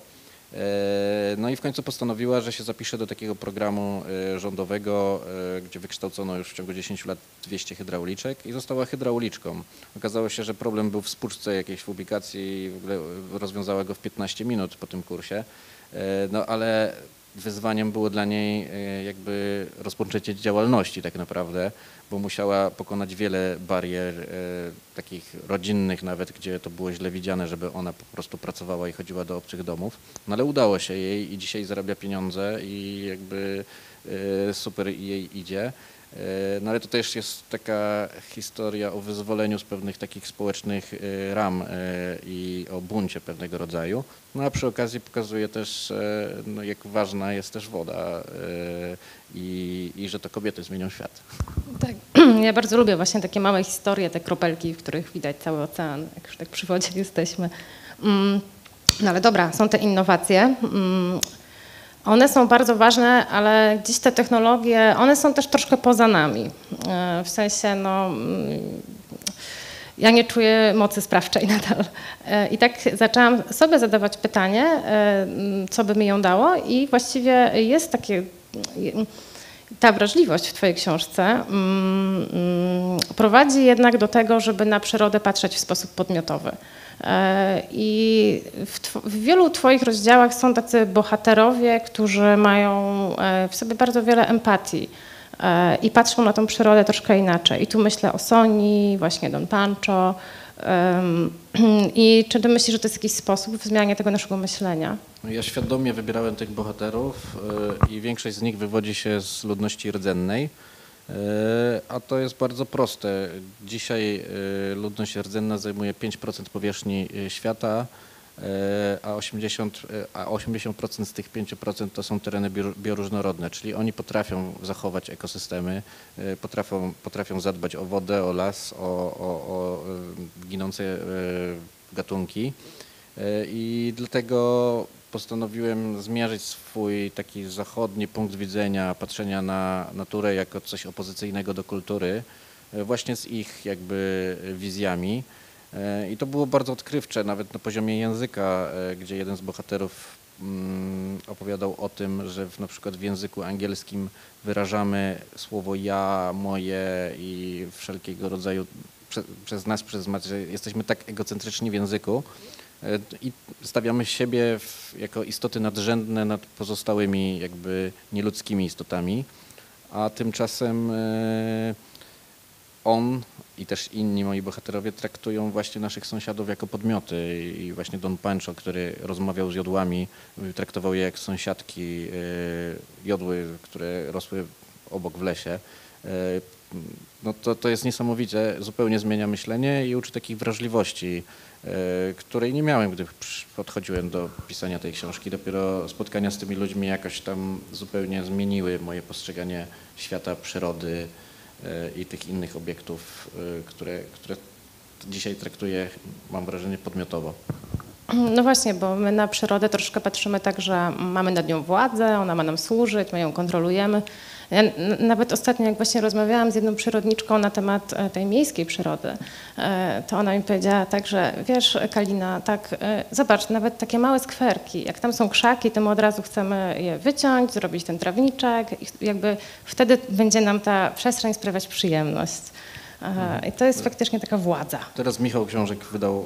No i w końcu postanowiła, że się zapisze do takiego programu rządowego, gdzie wykształcono już w ciągu 10 lat 200 hydrauliczek i została hydrauliczką. Okazało się, że problem był w spłuczce jakiejś w ubikacji i w ogóle rozwiązała go w 15 minut po tym kursie. No ale wyzwaniem było dla niej jakby rozpoczęcie działalności tak naprawdę, bo musiała pokonać wiele barier takich rodzinnych nawet, gdzie to było źle widziane, żeby ona po prostu pracowała i chodziła do obcych domów. No ale udało się jej i dzisiaj zarabia pieniądze i jakby super jej idzie. No ale to też jest taka historia o wyzwoleniu z pewnych takich społecznych ram i o buncie pewnego rodzaju. No a przy okazji pokazuje też, no, jak ważna jest też woda i że to kobiety zmienią świat. Tak, ja bardzo lubię właśnie takie małe historie, te kropelki, w których widać cały ocean, jak już tak przy wodzie jesteśmy. No ale dobra, są te innowacje. One są bardzo ważne, ale gdzieś te technologie, one są też troszkę poza nami. W sensie, no, ja nie czuję mocy sprawczej nadal. I tak zaczęłam sobie zadawać pytanie, co by mi ją dało i właściwie jest takie, ta wrażliwość w twojej książce prowadzi jednak do tego, żeby na przyrodę patrzeć w sposób podmiotowy. I w wielu twoich rozdziałach są tacy bohaterowie, którzy mają w sobie bardzo wiele empatii i patrzą na tą przyrodę troszkę inaczej. I tu myślę o Soni, właśnie Don Pancho. I czy ty myślisz, że to jest jakiś sposób w zmianie tego naszego myślenia? No ja świadomie wybierałem tych bohaterów i większość z nich wywodzi się z ludności rdzennej. A to jest bardzo proste. Dzisiaj ludność rdzenna zajmuje 5% powierzchni świata, a 80% z tych 5% to są tereny bioróżnorodne, czyli oni potrafią zachować ekosystemy, potrafią zadbać o wodę, o las, o ginące gatunki i dlatego postanowiłem zmierzyć swój taki zachodni punkt widzenia, patrzenia na naturę jako coś opozycyjnego do kultury, właśnie z ich jakby wizjami. I to było bardzo odkrywcze, nawet na poziomie języka, gdzie jeden z bohaterów opowiadał o tym, że na przykład w języku angielskim wyrażamy słowo ja, moje i wszelkiego rodzaju przez że jesteśmy tak egocentryczni w języku, i stawiamy siebie jako istoty nadrzędne nad pozostałymi jakby nieludzkimi istotami, a tymczasem on i też inni moi bohaterowie traktują właśnie naszych sąsiadów jako podmioty i właśnie Don Pancho, który rozmawiał z jodłami, traktował je jak sąsiadki, jodły, które rosły obok w lesie. No to jest niesamowite, zupełnie zmienia myślenie i uczy takich wrażliwości, której nie miałem, gdy podchodziłem do pisania tej książki. Dopiero spotkania z tymi ludźmi jakoś tam zupełnie zmieniły moje postrzeganie świata, przyrody i tych innych obiektów, które dzisiaj traktuję, mam wrażenie, podmiotowo. No właśnie, bo my na przyrodę troszkę patrzymy tak, że mamy nad nią władzę, ona ma nam służyć, my ją kontrolujemy. Ja nawet ostatnio, jak właśnie rozmawiałam z jedną przyrodniczką na temat tej miejskiej przyrody, to ona mi powiedziała tak, że wiesz, Kalina, tak, zobacz, nawet takie małe skwerki, jak tam są krzaki, to my od razu chcemy je wyciąć, zrobić ten trawniczek i jakby wtedy będzie nam ta przestrzeń sprawiać przyjemność. I to jest faktycznie taka władza. Teraz Michał Książek wydał,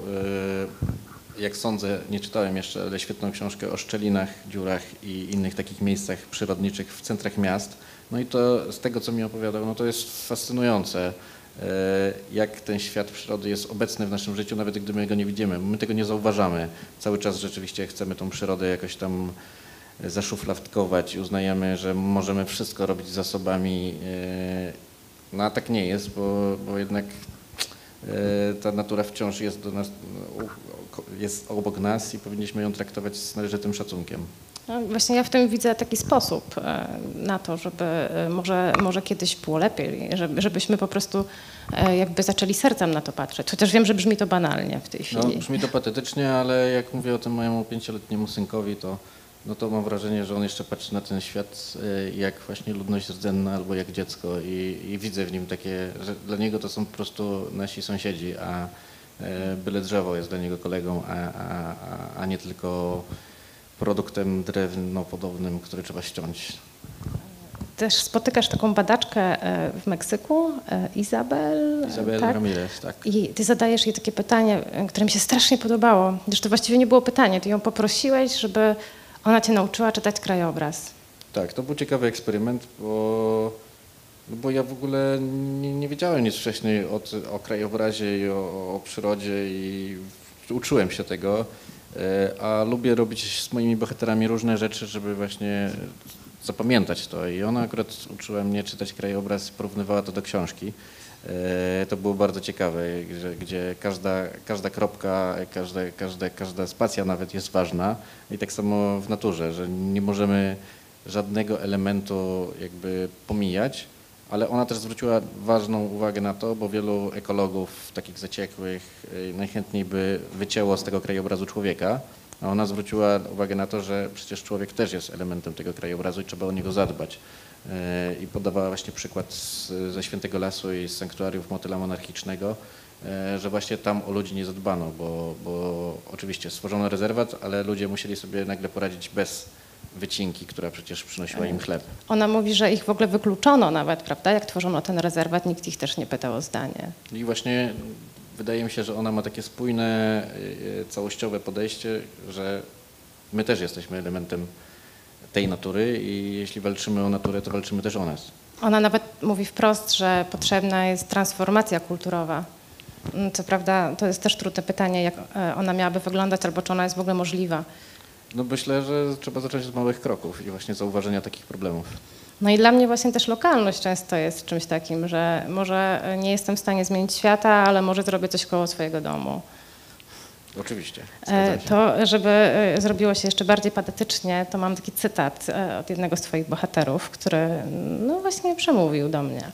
jak sądzę, nie czytałem jeszcze, ale świetną książkę o szczelinach, dziurach i innych takich miejscach przyrodniczych w centrach miast. No i to z tego, co mi opowiadał, no to jest fascynujące, jak ten świat przyrody jest obecny w naszym życiu, nawet gdy my go nie widzimy. My tego nie zauważamy. Cały czas rzeczywiście chcemy tą przyrodę jakoś tam zaszufladkować i uznajemy, że możemy wszystko robić z zasobami. No a tak nie jest, bo jednak ta natura wciąż jest do nas, jest obok nas i powinniśmy ją traktować z należytym szacunkiem. No, właśnie ja w tym widzę taki sposób na to, żeby może kiedyś było lepiej, żebyśmy po prostu jakby zaczęli sercem na to patrzeć. Chociaż wiem, że brzmi to banalnie w tej chwili. No, brzmi to patetycznie, ale jak mówię o tym mojemu 5-letniemu synkowi, to mam wrażenie, że on jeszcze patrzy na ten świat jak właśnie ludność rdzenna albo jak dziecko i widzę w nim takie, że dla niego to są po prostu nasi sąsiedzi, a byle drzewo jest dla niego kolegą, a nie tylko produktem drewnopodobnym, który trzeba ściąć. Też spotykasz taką badaczkę w Meksyku, Izabel. Tak? Ramirez, tak. I ty zadajesz jej takie pytanie, które mi się strasznie podobało. Zresztą właściwie nie było pytania, ty ją poprosiłeś, żeby ona cię nauczyła czytać krajobraz. Tak, to był ciekawy eksperyment, bo ja w ogóle nie wiedziałem nic wcześniej o krajobrazie i o przyrodzie i uczyłem się tego, a lubię robić z moimi bohaterami różne rzeczy, żeby właśnie zapamiętać to. I ona akurat uczyła mnie czytać krajobraz, porównywała to do książki. To było bardzo ciekawe, gdzie każda kropka, każda spacja nawet jest ważna i tak samo w naturze, że nie możemy żadnego elementu jakby pomijać, ale ona też zwróciła ważną uwagę na to, bo wielu ekologów takich zaciekłych najchętniej by wycięło z tego krajobrazu człowieka, a ona zwróciła uwagę na to, że przecież człowiek też jest elementem tego krajobrazu i trzeba o niego zadbać. I podawała właśnie przykład ze Świętego Lasu i z sanktuariów motyla monarchicznego, że właśnie tam o ludzi nie zadbano, bo oczywiście stworzono rezerwat, ale ludzie musieli sobie nagle poradzić bez wycinki, która przecież przynosiła im chleb. Ona mówi, że ich w ogóle wykluczono nawet, prawda? Jak tworzono ten rezerwat, nikt ich też nie pytał o zdanie. I właśnie wydaje mi się, że ona ma takie spójne, całościowe podejście, że my też jesteśmy elementem tej natury i jeśli walczymy o naturę, to walczymy też o nas. Ona nawet mówi wprost, że potrzebna jest transformacja kulturowa. Co prawda to jest też trudne pytanie, jak ona miałaby wyglądać albo czy ona jest w ogóle możliwa. No myślę, że trzeba zacząć od małych kroków i właśnie zauważenia takich problemów. No i dla mnie właśnie też lokalność często jest czymś takim, że może nie jestem w stanie zmienić świata, ale może zrobię coś koło swojego domu. Oczywiście. To, żeby zrobiło się jeszcze bardziej patetycznie, to mam taki cytat od jednego z twoich bohaterów, który no właśnie przemówił do mnie.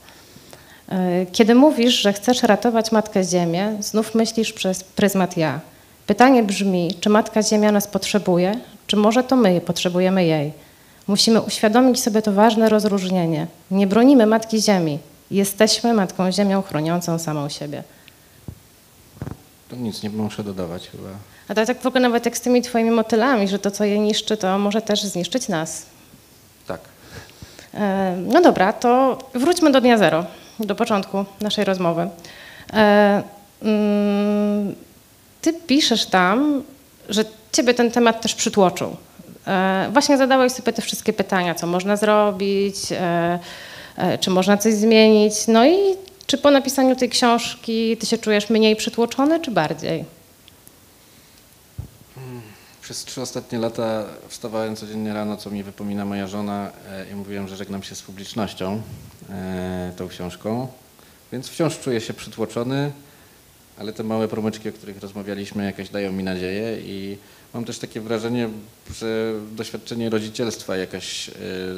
Kiedy mówisz, że chcesz ratować Matkę Ziemię, znów myślisz przez pryzmat ja. Pytanie brzmi, czy Matka Ziemia nas potrzebuje, czy może to my potrzebujemy jej? Musimy uświadomić sobie to ważne rozróżnienie. Nie bronimy Matki Ziemi. Jesteśmy Matką Ziemią chroniącą samą siebie. To nic nie muszę dodawać chyba. A to tak w ogóle nawet jak z tymi twoimi motylami, że to, co je niszczy, to może też zniszczyć nas. Tak. No dobra, to wróćmy do dnia zero, do początku naszej rozmowy. Ty piszesz tam, że ciebie ten temat też przytłoczył. Właśnie zadałeś sobie te wszystkie pytania, co można zrobić, czy można coś zmienić. No i czy po napisaniu tej książki ty się czujesz mniej przytłoczony, czy bardziej? Przez 3 ostatnie lata wstawałem codziennie rano, co mi wypomina moja żona i mówiłem, że żegnam się z publicznością tą książką. Więc wciąż czuję się przytłoczony, ale te małe promyczki, o których rozmawialiśmy, jakoś dają mi nadzieję i mam też takie wrażenie, że doświadczenie rodzicielstwa jakoś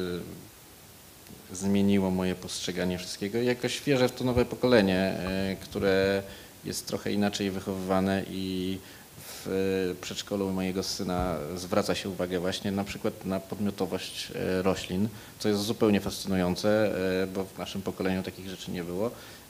zmieniło moje postrzeganie wszystkiego i jakoś wierzę w to nowe pokolenie, które jest trochę inaczej wychowywane i w przedszkolu mojego syna zwraca się uwagę właśnie na przykład na podmiotowość roślin, co jest zupełnie fascynujące, bo w naszym pokoleniu takich rzeczy nie było.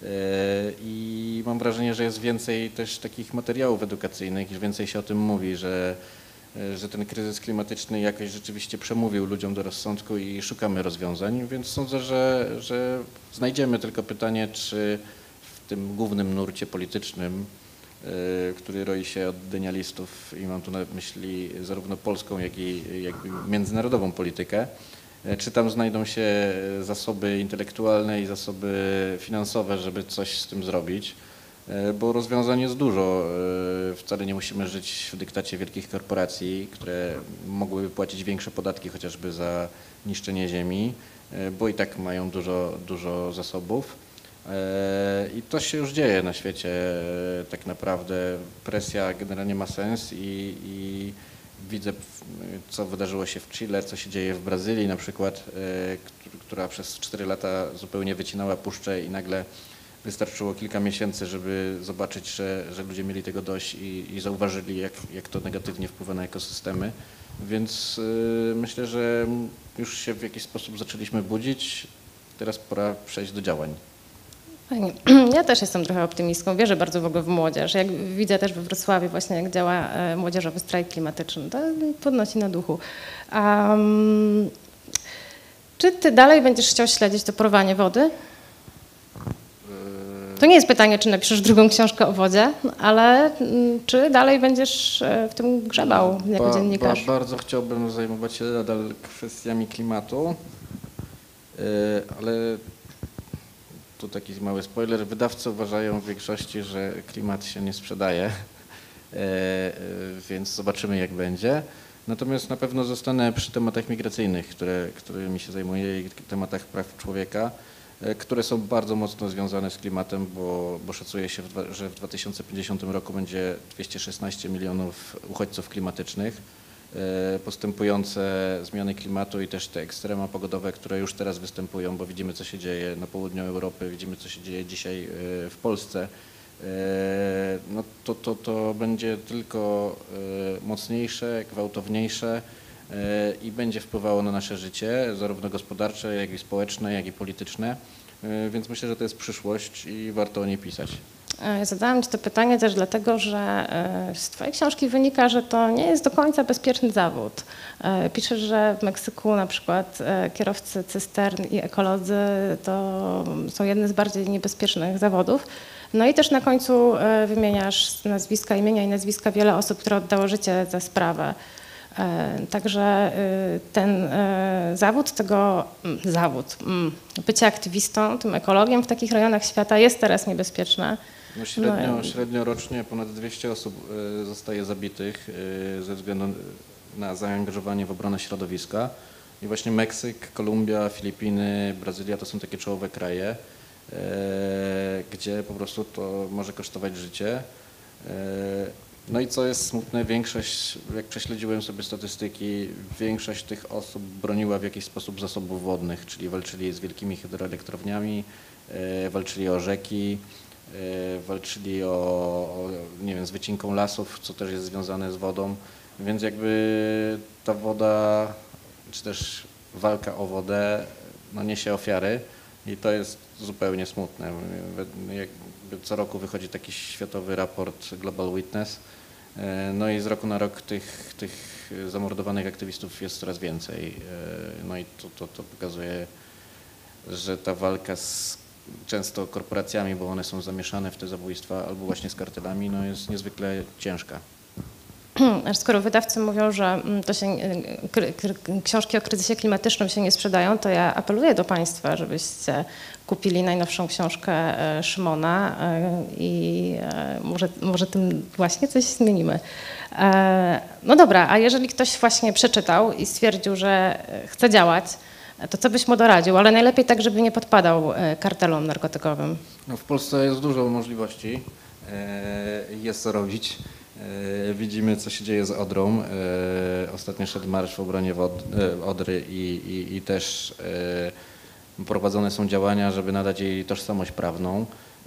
I mam wrażenie, że jest więcej też takich materiałów edukacyjnych, że więcej się o tym mówi, że ten kryzys klimatyczny jakoś rzeczywiście przemówił ludziom do rozsądku i szukamy rozwiązań, więc sądzę, że znajdziemy, tylko pytanie, czy w tym głównym nurcie politycznym, który roi się od denialistów i mam tu na myśli zarówno polską, jak i międzynarodową politykę, czy tam znajdą się zasoby intelektualne i zasoby finansowe, żeby coś z tym zrobić, bo rozwiązań jest dużo. Wcale nie musimy żyć w dyktacie wielkich korporacji, które mogłyby płacić większe podatki chociażby za niszczenie ziemi, bo i tak mają dużo zasobów. I to się już dzieje na świecie tak naprawdę. Presja generalnie ma sens i widzę, co wydarzyło się w Chile, co się dzieje w Brazylii na przykład, która przez 4 lata zupełnie wycinała puszczę i nagle wystarczyło kilka miesięcy, żeby zobaczyć, że ludzie mieli tego dość i zauważyli, jak to negatywnie wpływa na ekosystemy. Więc myślę, że już się w jakiś sposób zaczęliśmy budzić. Teraz pora przejść do działań. Fajnie. Ja też jestem trochę optymistką, wierzę bardzo w ogóle w młodzież. Jak widzę też we Wrocławiu właśnie, jak działa młodzieżowy strajk klimatyczny, to podnosi na duchu. Czy ty dalej będziesz chciał śledzić to porwanie wody? To nie jest pytanie, czy napiszesz drugą książkę o wodzie, ale czy dalej będziesz w tym grzebał jako dziennikarz? Bardzo chciałbym zajmować się nadal kwestiami klimatu, ale tu taki mały spoiler. Wydawcy uważają w większości, że klimat się nie sprzedaje, więc zobaczymy, jak będzie. Natomiast na pewno zostanę przy tematach migracyjnych, którymi się zajmuję, i tematach praw człowieka, które są bardzo mocno związane z klimatem, bo szacuje się, że w 2050 roku będzie 216 milionów uchodźców klimatycznych. Postępujące zmiany klimatu i też te ekstrema pogodowe, które już teraz występują, bo widzimy, co się dzieje na południu Europy, widzimy, co się dzieje dzisiaj w Polsce. No to będzie tylko mocniejsze, gwałtowniejsze i będzie wpływało na nasze życie, zarówno gospodarcze, jak i społeczne, jak i polityczne. Więc myślę, że to jest przyszłość i warto o niej pisać. Ja zadałam ci to pytanie też dlatego, że z twojej książki wynika, że to nie jest do końca bezpieczny zawód. Piszesz, że w Meksyku na przykład kierowcy cystern i ekolodzy to są jedne z bardziej niebezpiecznych zawodów. No i też na końcu wymieniasz imienia i nazwiska wiele osób, które oddało życie za sprawę. Także ten bycie aktywistą, tym ekologiem w takich rejonach świata jest teraz niebezpieczne. No średnio rocznie ponad 200 osób zostaje zabitych ze względu na zaangażowanie w obronę środowiska. I właśnie Meksyk, Kolumbia, Filipiny, Brazylia to są takie czołowe kraje, gdzie po prostu to może kosztować życie. No i co jest smutne, jak prześledziłem sobie statystyki, większość tych osób broniła w jakiś sposób zasobów wodnych, czyli walczyli z wielkimi hydroelektrowniami, walczyli o rzeki, walczyli nie wiem, z wycinką lasów, co też jest związane z wodą, więc jakby ta woda, czy też walka o wodę, no niesie ofiary i to jest zupełnie smutne. Jakby co roku wychodzi taki światowy raport Global Witness, no i z roku na rok tych zamordowanych aktywistów jest coraz więcej. No i to pokazuje, że ta walka z często korporacjami, bo one są zamieszane w te zabójstwa, albo właśnie z kartelami, no jest niezwykle ciężka. Skoro wydawcy mówią, że książki o kryzysie klimatycznym się nie sprzedają, to ja apeluję do Państwa, żebyście kupili najnowszą książkę Szymona i może tym właśnie coś zmienimy. No dobra, a jeżeli ktoś właśnie przeczytał i stwierdził, że chce działać, to co byś mu doradził? Ale najlepiej tak, żeby nie podpadał kartelom narkotykowym. No w Polsce jest dużo możliwości, jest co robić. Widzimy, co się dzieje z Odrą. Ostatnio szedł marsz w obronie Odry i też prowadzone są działania, żeby nadać jej tożsamość prawną.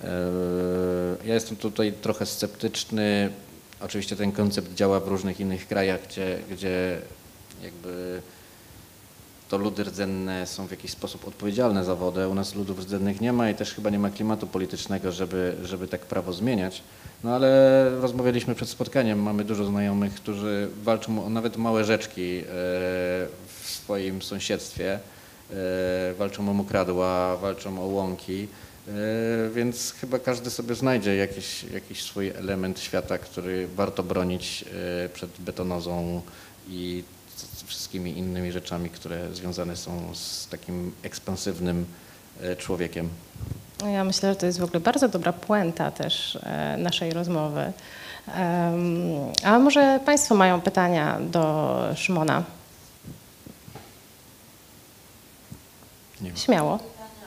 Ja jestem tutaj trochę sceptyczny. Oczywiście ten koncept działa w różnych innych krajach, gdzie jakby to ludy rdzenne są w jakiś sposób odpowiedzialne za wodę. U nas ludów rdzennych nie ma i też chyba nie ma klimatu politycznego, żeby tak prawo zmieniać. No ale rozmawialiśmy przed spotkaniem, mamy dużo znajomych, którzy walczą o nawet małe rzeczki w swoim sąsiedztwie, walczą o mokradła, walczą o łąki, więc chyba każdy sobie znajdzie jakiś swój element świata, który warto bronić przed betonozą i wszystkimi innymi rzeczami, które związane są z takim ekspansywnym człowiekiem. Ja myślę, że to jest w ogóle bardzo dobra puenta też naszej rozmowy. A może Państwo mają pytania do Szymona? Nie ma. Śmiało.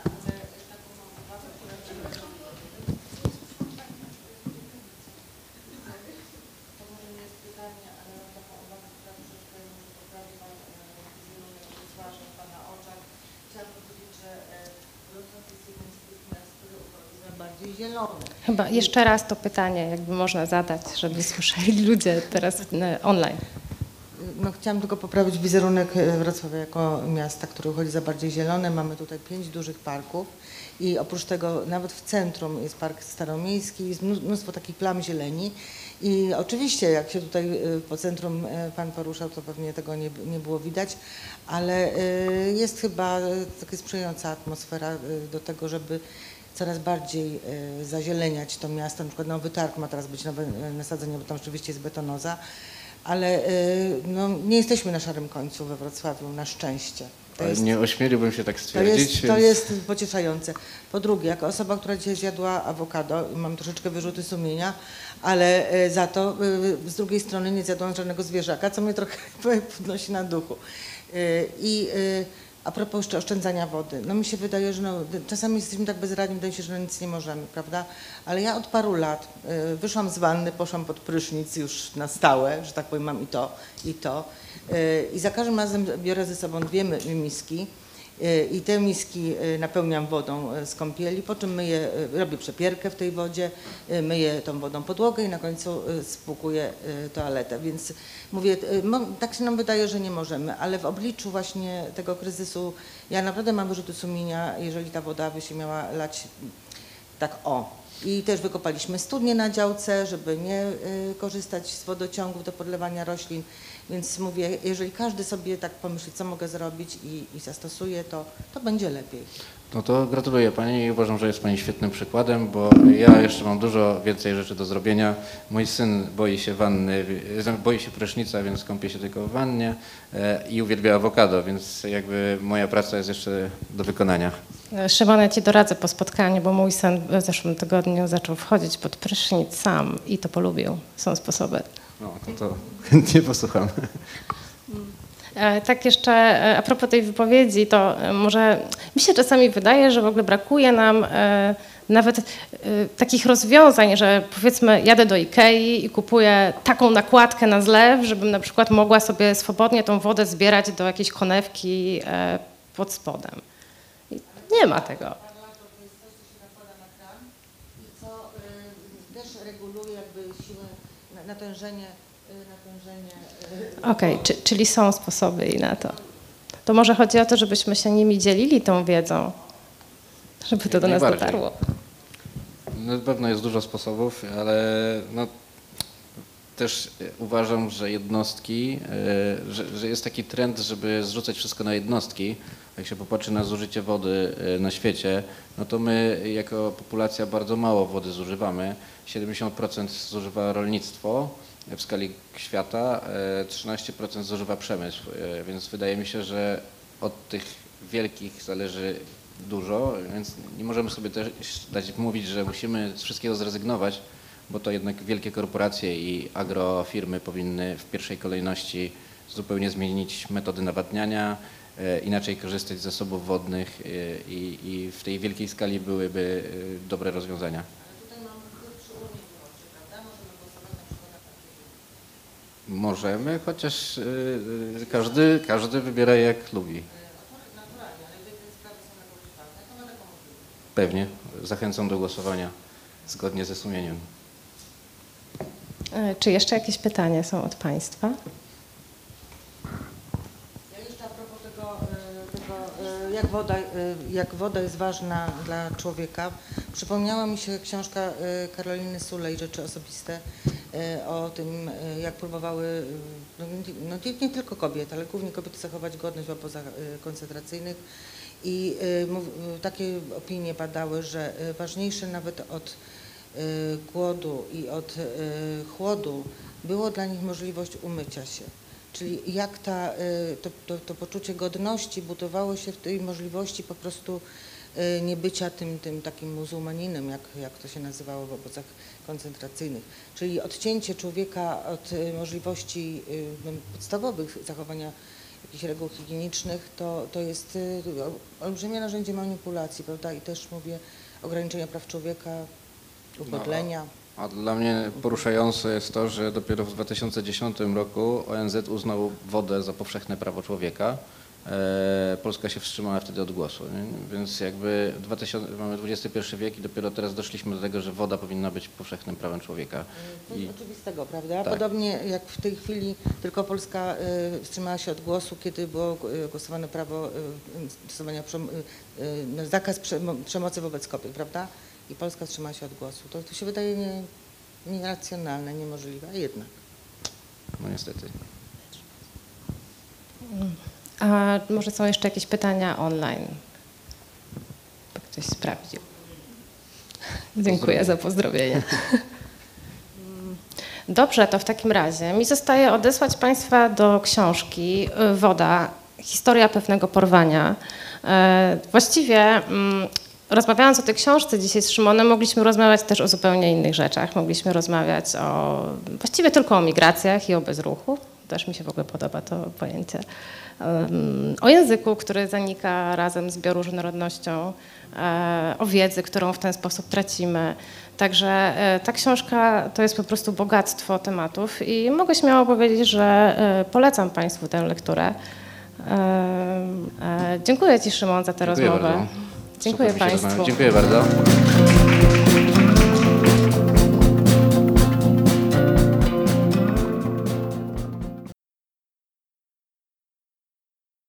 Chyba jeszcze raz to pytanie, jakby można zadać, żeby słyszeli ludzie teraz online. no, chciałam tylko poprawić wizerunek Wrocławia jako miasta, które uchodzi za bardziej zielone. Mamy tutaj 5 dużych parków i oprócz tego nawet w centrum jest park staromiejski, jest mnóstwo takich plam zieleni. I oczywiście jak się tutaj po centrum pan poruszał, to pewnie tego nie było widać, ale jest chyba taka sprzyjająca atmosfera do tego, żeby coraz bardziej zazieleniać to miasto. Na przykład Nowy Targ ma teraz być nowe nasadzenie, bo tam rzeczywiście jest betonoza, ale no, nie jesteśmy na szarym końcu we Wrocławiu, na szczęście. Nie ośmieliłbym się tak stwierdzić. To jest pocieszające. Po drugie, jako osoba, która dzisiaj zjadła awokado, mam troszeczkę wyrzuty sumienia, ale za to z drugiej strony nie zjadłam żadnego zwierzaka, co mnie trochę podnosi na duchu. A propos jeszcze oszczędzania wody, no mi się wydaje, że no, czasami jesteśmy tak bezradni, wydaje się, że na nic nie możemy, prawda? Ale ja od paru lat wyszłam z wanny, poszłam pod prysznic już na stałe, że tak powiem, mam i to. I za każdym razem biorę ze sobą 2 miski i te miski napełniam wodą z kąpieli, po czym robię przepierkę w tej wodzie, myję tą wodą podłogę i na końcu spłukuję toaletę. Więc mówię, tak się nam wydaje, że nie możemy, ale w obliczu właśnie tego kryzysu ja naprawdę mam wyrzuty sumienia, jeżeli ta woda by się miała lać tak o. I też wykopaliśmy studnie na działce, żeby nie korzystać z wodociągów do podlewania roślin. Więc mówię, jeżeli każdy sobie tak pomyśli, co mogę zrobić i zastosuje, to będzie lepiej. No to gratuluję Pani i uważam, że jest Pani świetnym przykładem, bo ja jeszcze mam dużo więcej rzeczy do zrobienia. Mój syn boi się wanny, boi się prysznica, więc kąpie się tylko w wannie i uwielbia awokado, więc jakby moja praca jest jeszcze do wykonania. Szymon, ja Ci doradzę po spotkaniu, bo mój syn w zeszłym tygodniu zaczął wchodzić pod prysznic sam i to polubił. Są sposoby. No to chętnie posłucham. Tak jeszcze a propos tej wypowiedzi, to może mi się czasami wydaje, że w ogóle brakuje nam nawet takich rozwiązań, że powiedzmy jadę do Ikei i kupuję taką nakładkę na zlew, żebym na przykład mogła sobie swobodnie tą wodę zbierać do jakiejś konewki pod spodem. Nie ma tego. Parlator to jest coś, co się nakłada na kran i co też reguluje jakby siłę, natężenie. Okej, czyli są sposoby i na to. To może chodzi o to, żebyśmy się nimi dzielili tą wiedzą, żeby to do nas dotarło. No, na pewno jest dużo sposobów, ale no, też uważam, że jednostki, że jest taki trend, żeby zrzucać wszystko na jednostki. Jak się popatrzy na zużycie wody na świecie, no to my jako populacja bardzo mało wody zużywamy. 70% zużywa rolnictwo w skali świata, 13% zużywa przemysł, więc wydaje mi się, że od tych wielkich zależy dużo, więc nie możemy sobie też dać mówić, że musimy z wszystkiego zrezygnować, bo to jednak wielkie korporacje i agrofirmy powinny w pierwszej kolejności zupełnie zmienić metody nawadniania, inaczej korzystać z zasobów wodnych i w tej wielkiej skali byłyby dobre rozwiązania. Możemy, chociaż każdy wybiera jak lubi. Pewnie. Zachęcam do głosowania zgodnie ze sumieniem. Czy jeszcze jakieś pytania są od Państwa? Ja jeszcze a propos tego jak woda jest ważna dla człowieka, przypomniała mi się książka Karoliny Sulej, Rzeczy osobiste, o tym, jak próbowały, no nie tylko kobiety, ale głównie kobiety zachować godność w obozach koncentracyjnych i takie opinie padały, że ważniejsze nawet od głodu i od chłodu było dla nich możliwość umycia się. Czyli jak to poczucie godności budowało się w tej możliwości po prostu nie bycia tym takim muzułmaninem, jak to się nazywało w obozach koncentracyjnych. Czyli odcięcie człowieka od możliwości podstawowych zachowania jakichś reguł higienicznych, to jest olbrzymie narzędzie manipulacji, prawda? I też mówię ograniczenia praw człowieka, upodlenia. A dla mnie poruszające jest to, że dopiero w 2010 roku ONZ uznał wodę za powszechne prawo człowieka Polska się wstrzymała wtedy od głosu. Nie? Więc jakby mamy XXI wiek i dopiero teraz doszliśmy do tego, że woda powinna być powszechnym prawem człowieka. Coś oczywistego, prawda? Tak. Podobnie jak w tej chwili tylko Polska wstrzymała się od głosu, kiedy było głosowane prawo stosowania zakaz przemocy wobec kobiet, prawda? I Polska wstrzymała się od głosu. To się wydaje nieracjonalne, niemożliwe, a jednak. No niestety. A może są jeszcze jakieś pytania online? By ktoś sprawdził. Dziękuję za pozdrowienie. Dobrze, to w takim razie mi zostaje odesłać Państwa do książki Woda, historia pewnego porwania. Właściwie rozmawiając o tej książce dzisiaj z Szymonem, mogliśmy rozmawiać też o zupełnie innych rzeczach. Mogliśmy rozmawiać właściwie tylko o migracjach i o bezruchu. Też mi się w ogóle podoba to pojęcie. O języku, który zanika razem z bioróżnorodnością, o wiedzy, którą w ten sposób tracimy. Także ta książka to jest po prostu bogactwo tematów i mogę śmiało powiedzieć, że polecam Państwu tę lekturę. Dziękuję Ci, Szymon, za tę rozmowę. Bardzo. Dziękuję Super mi się Państwu. rozmawia. Dziękuję bardzo.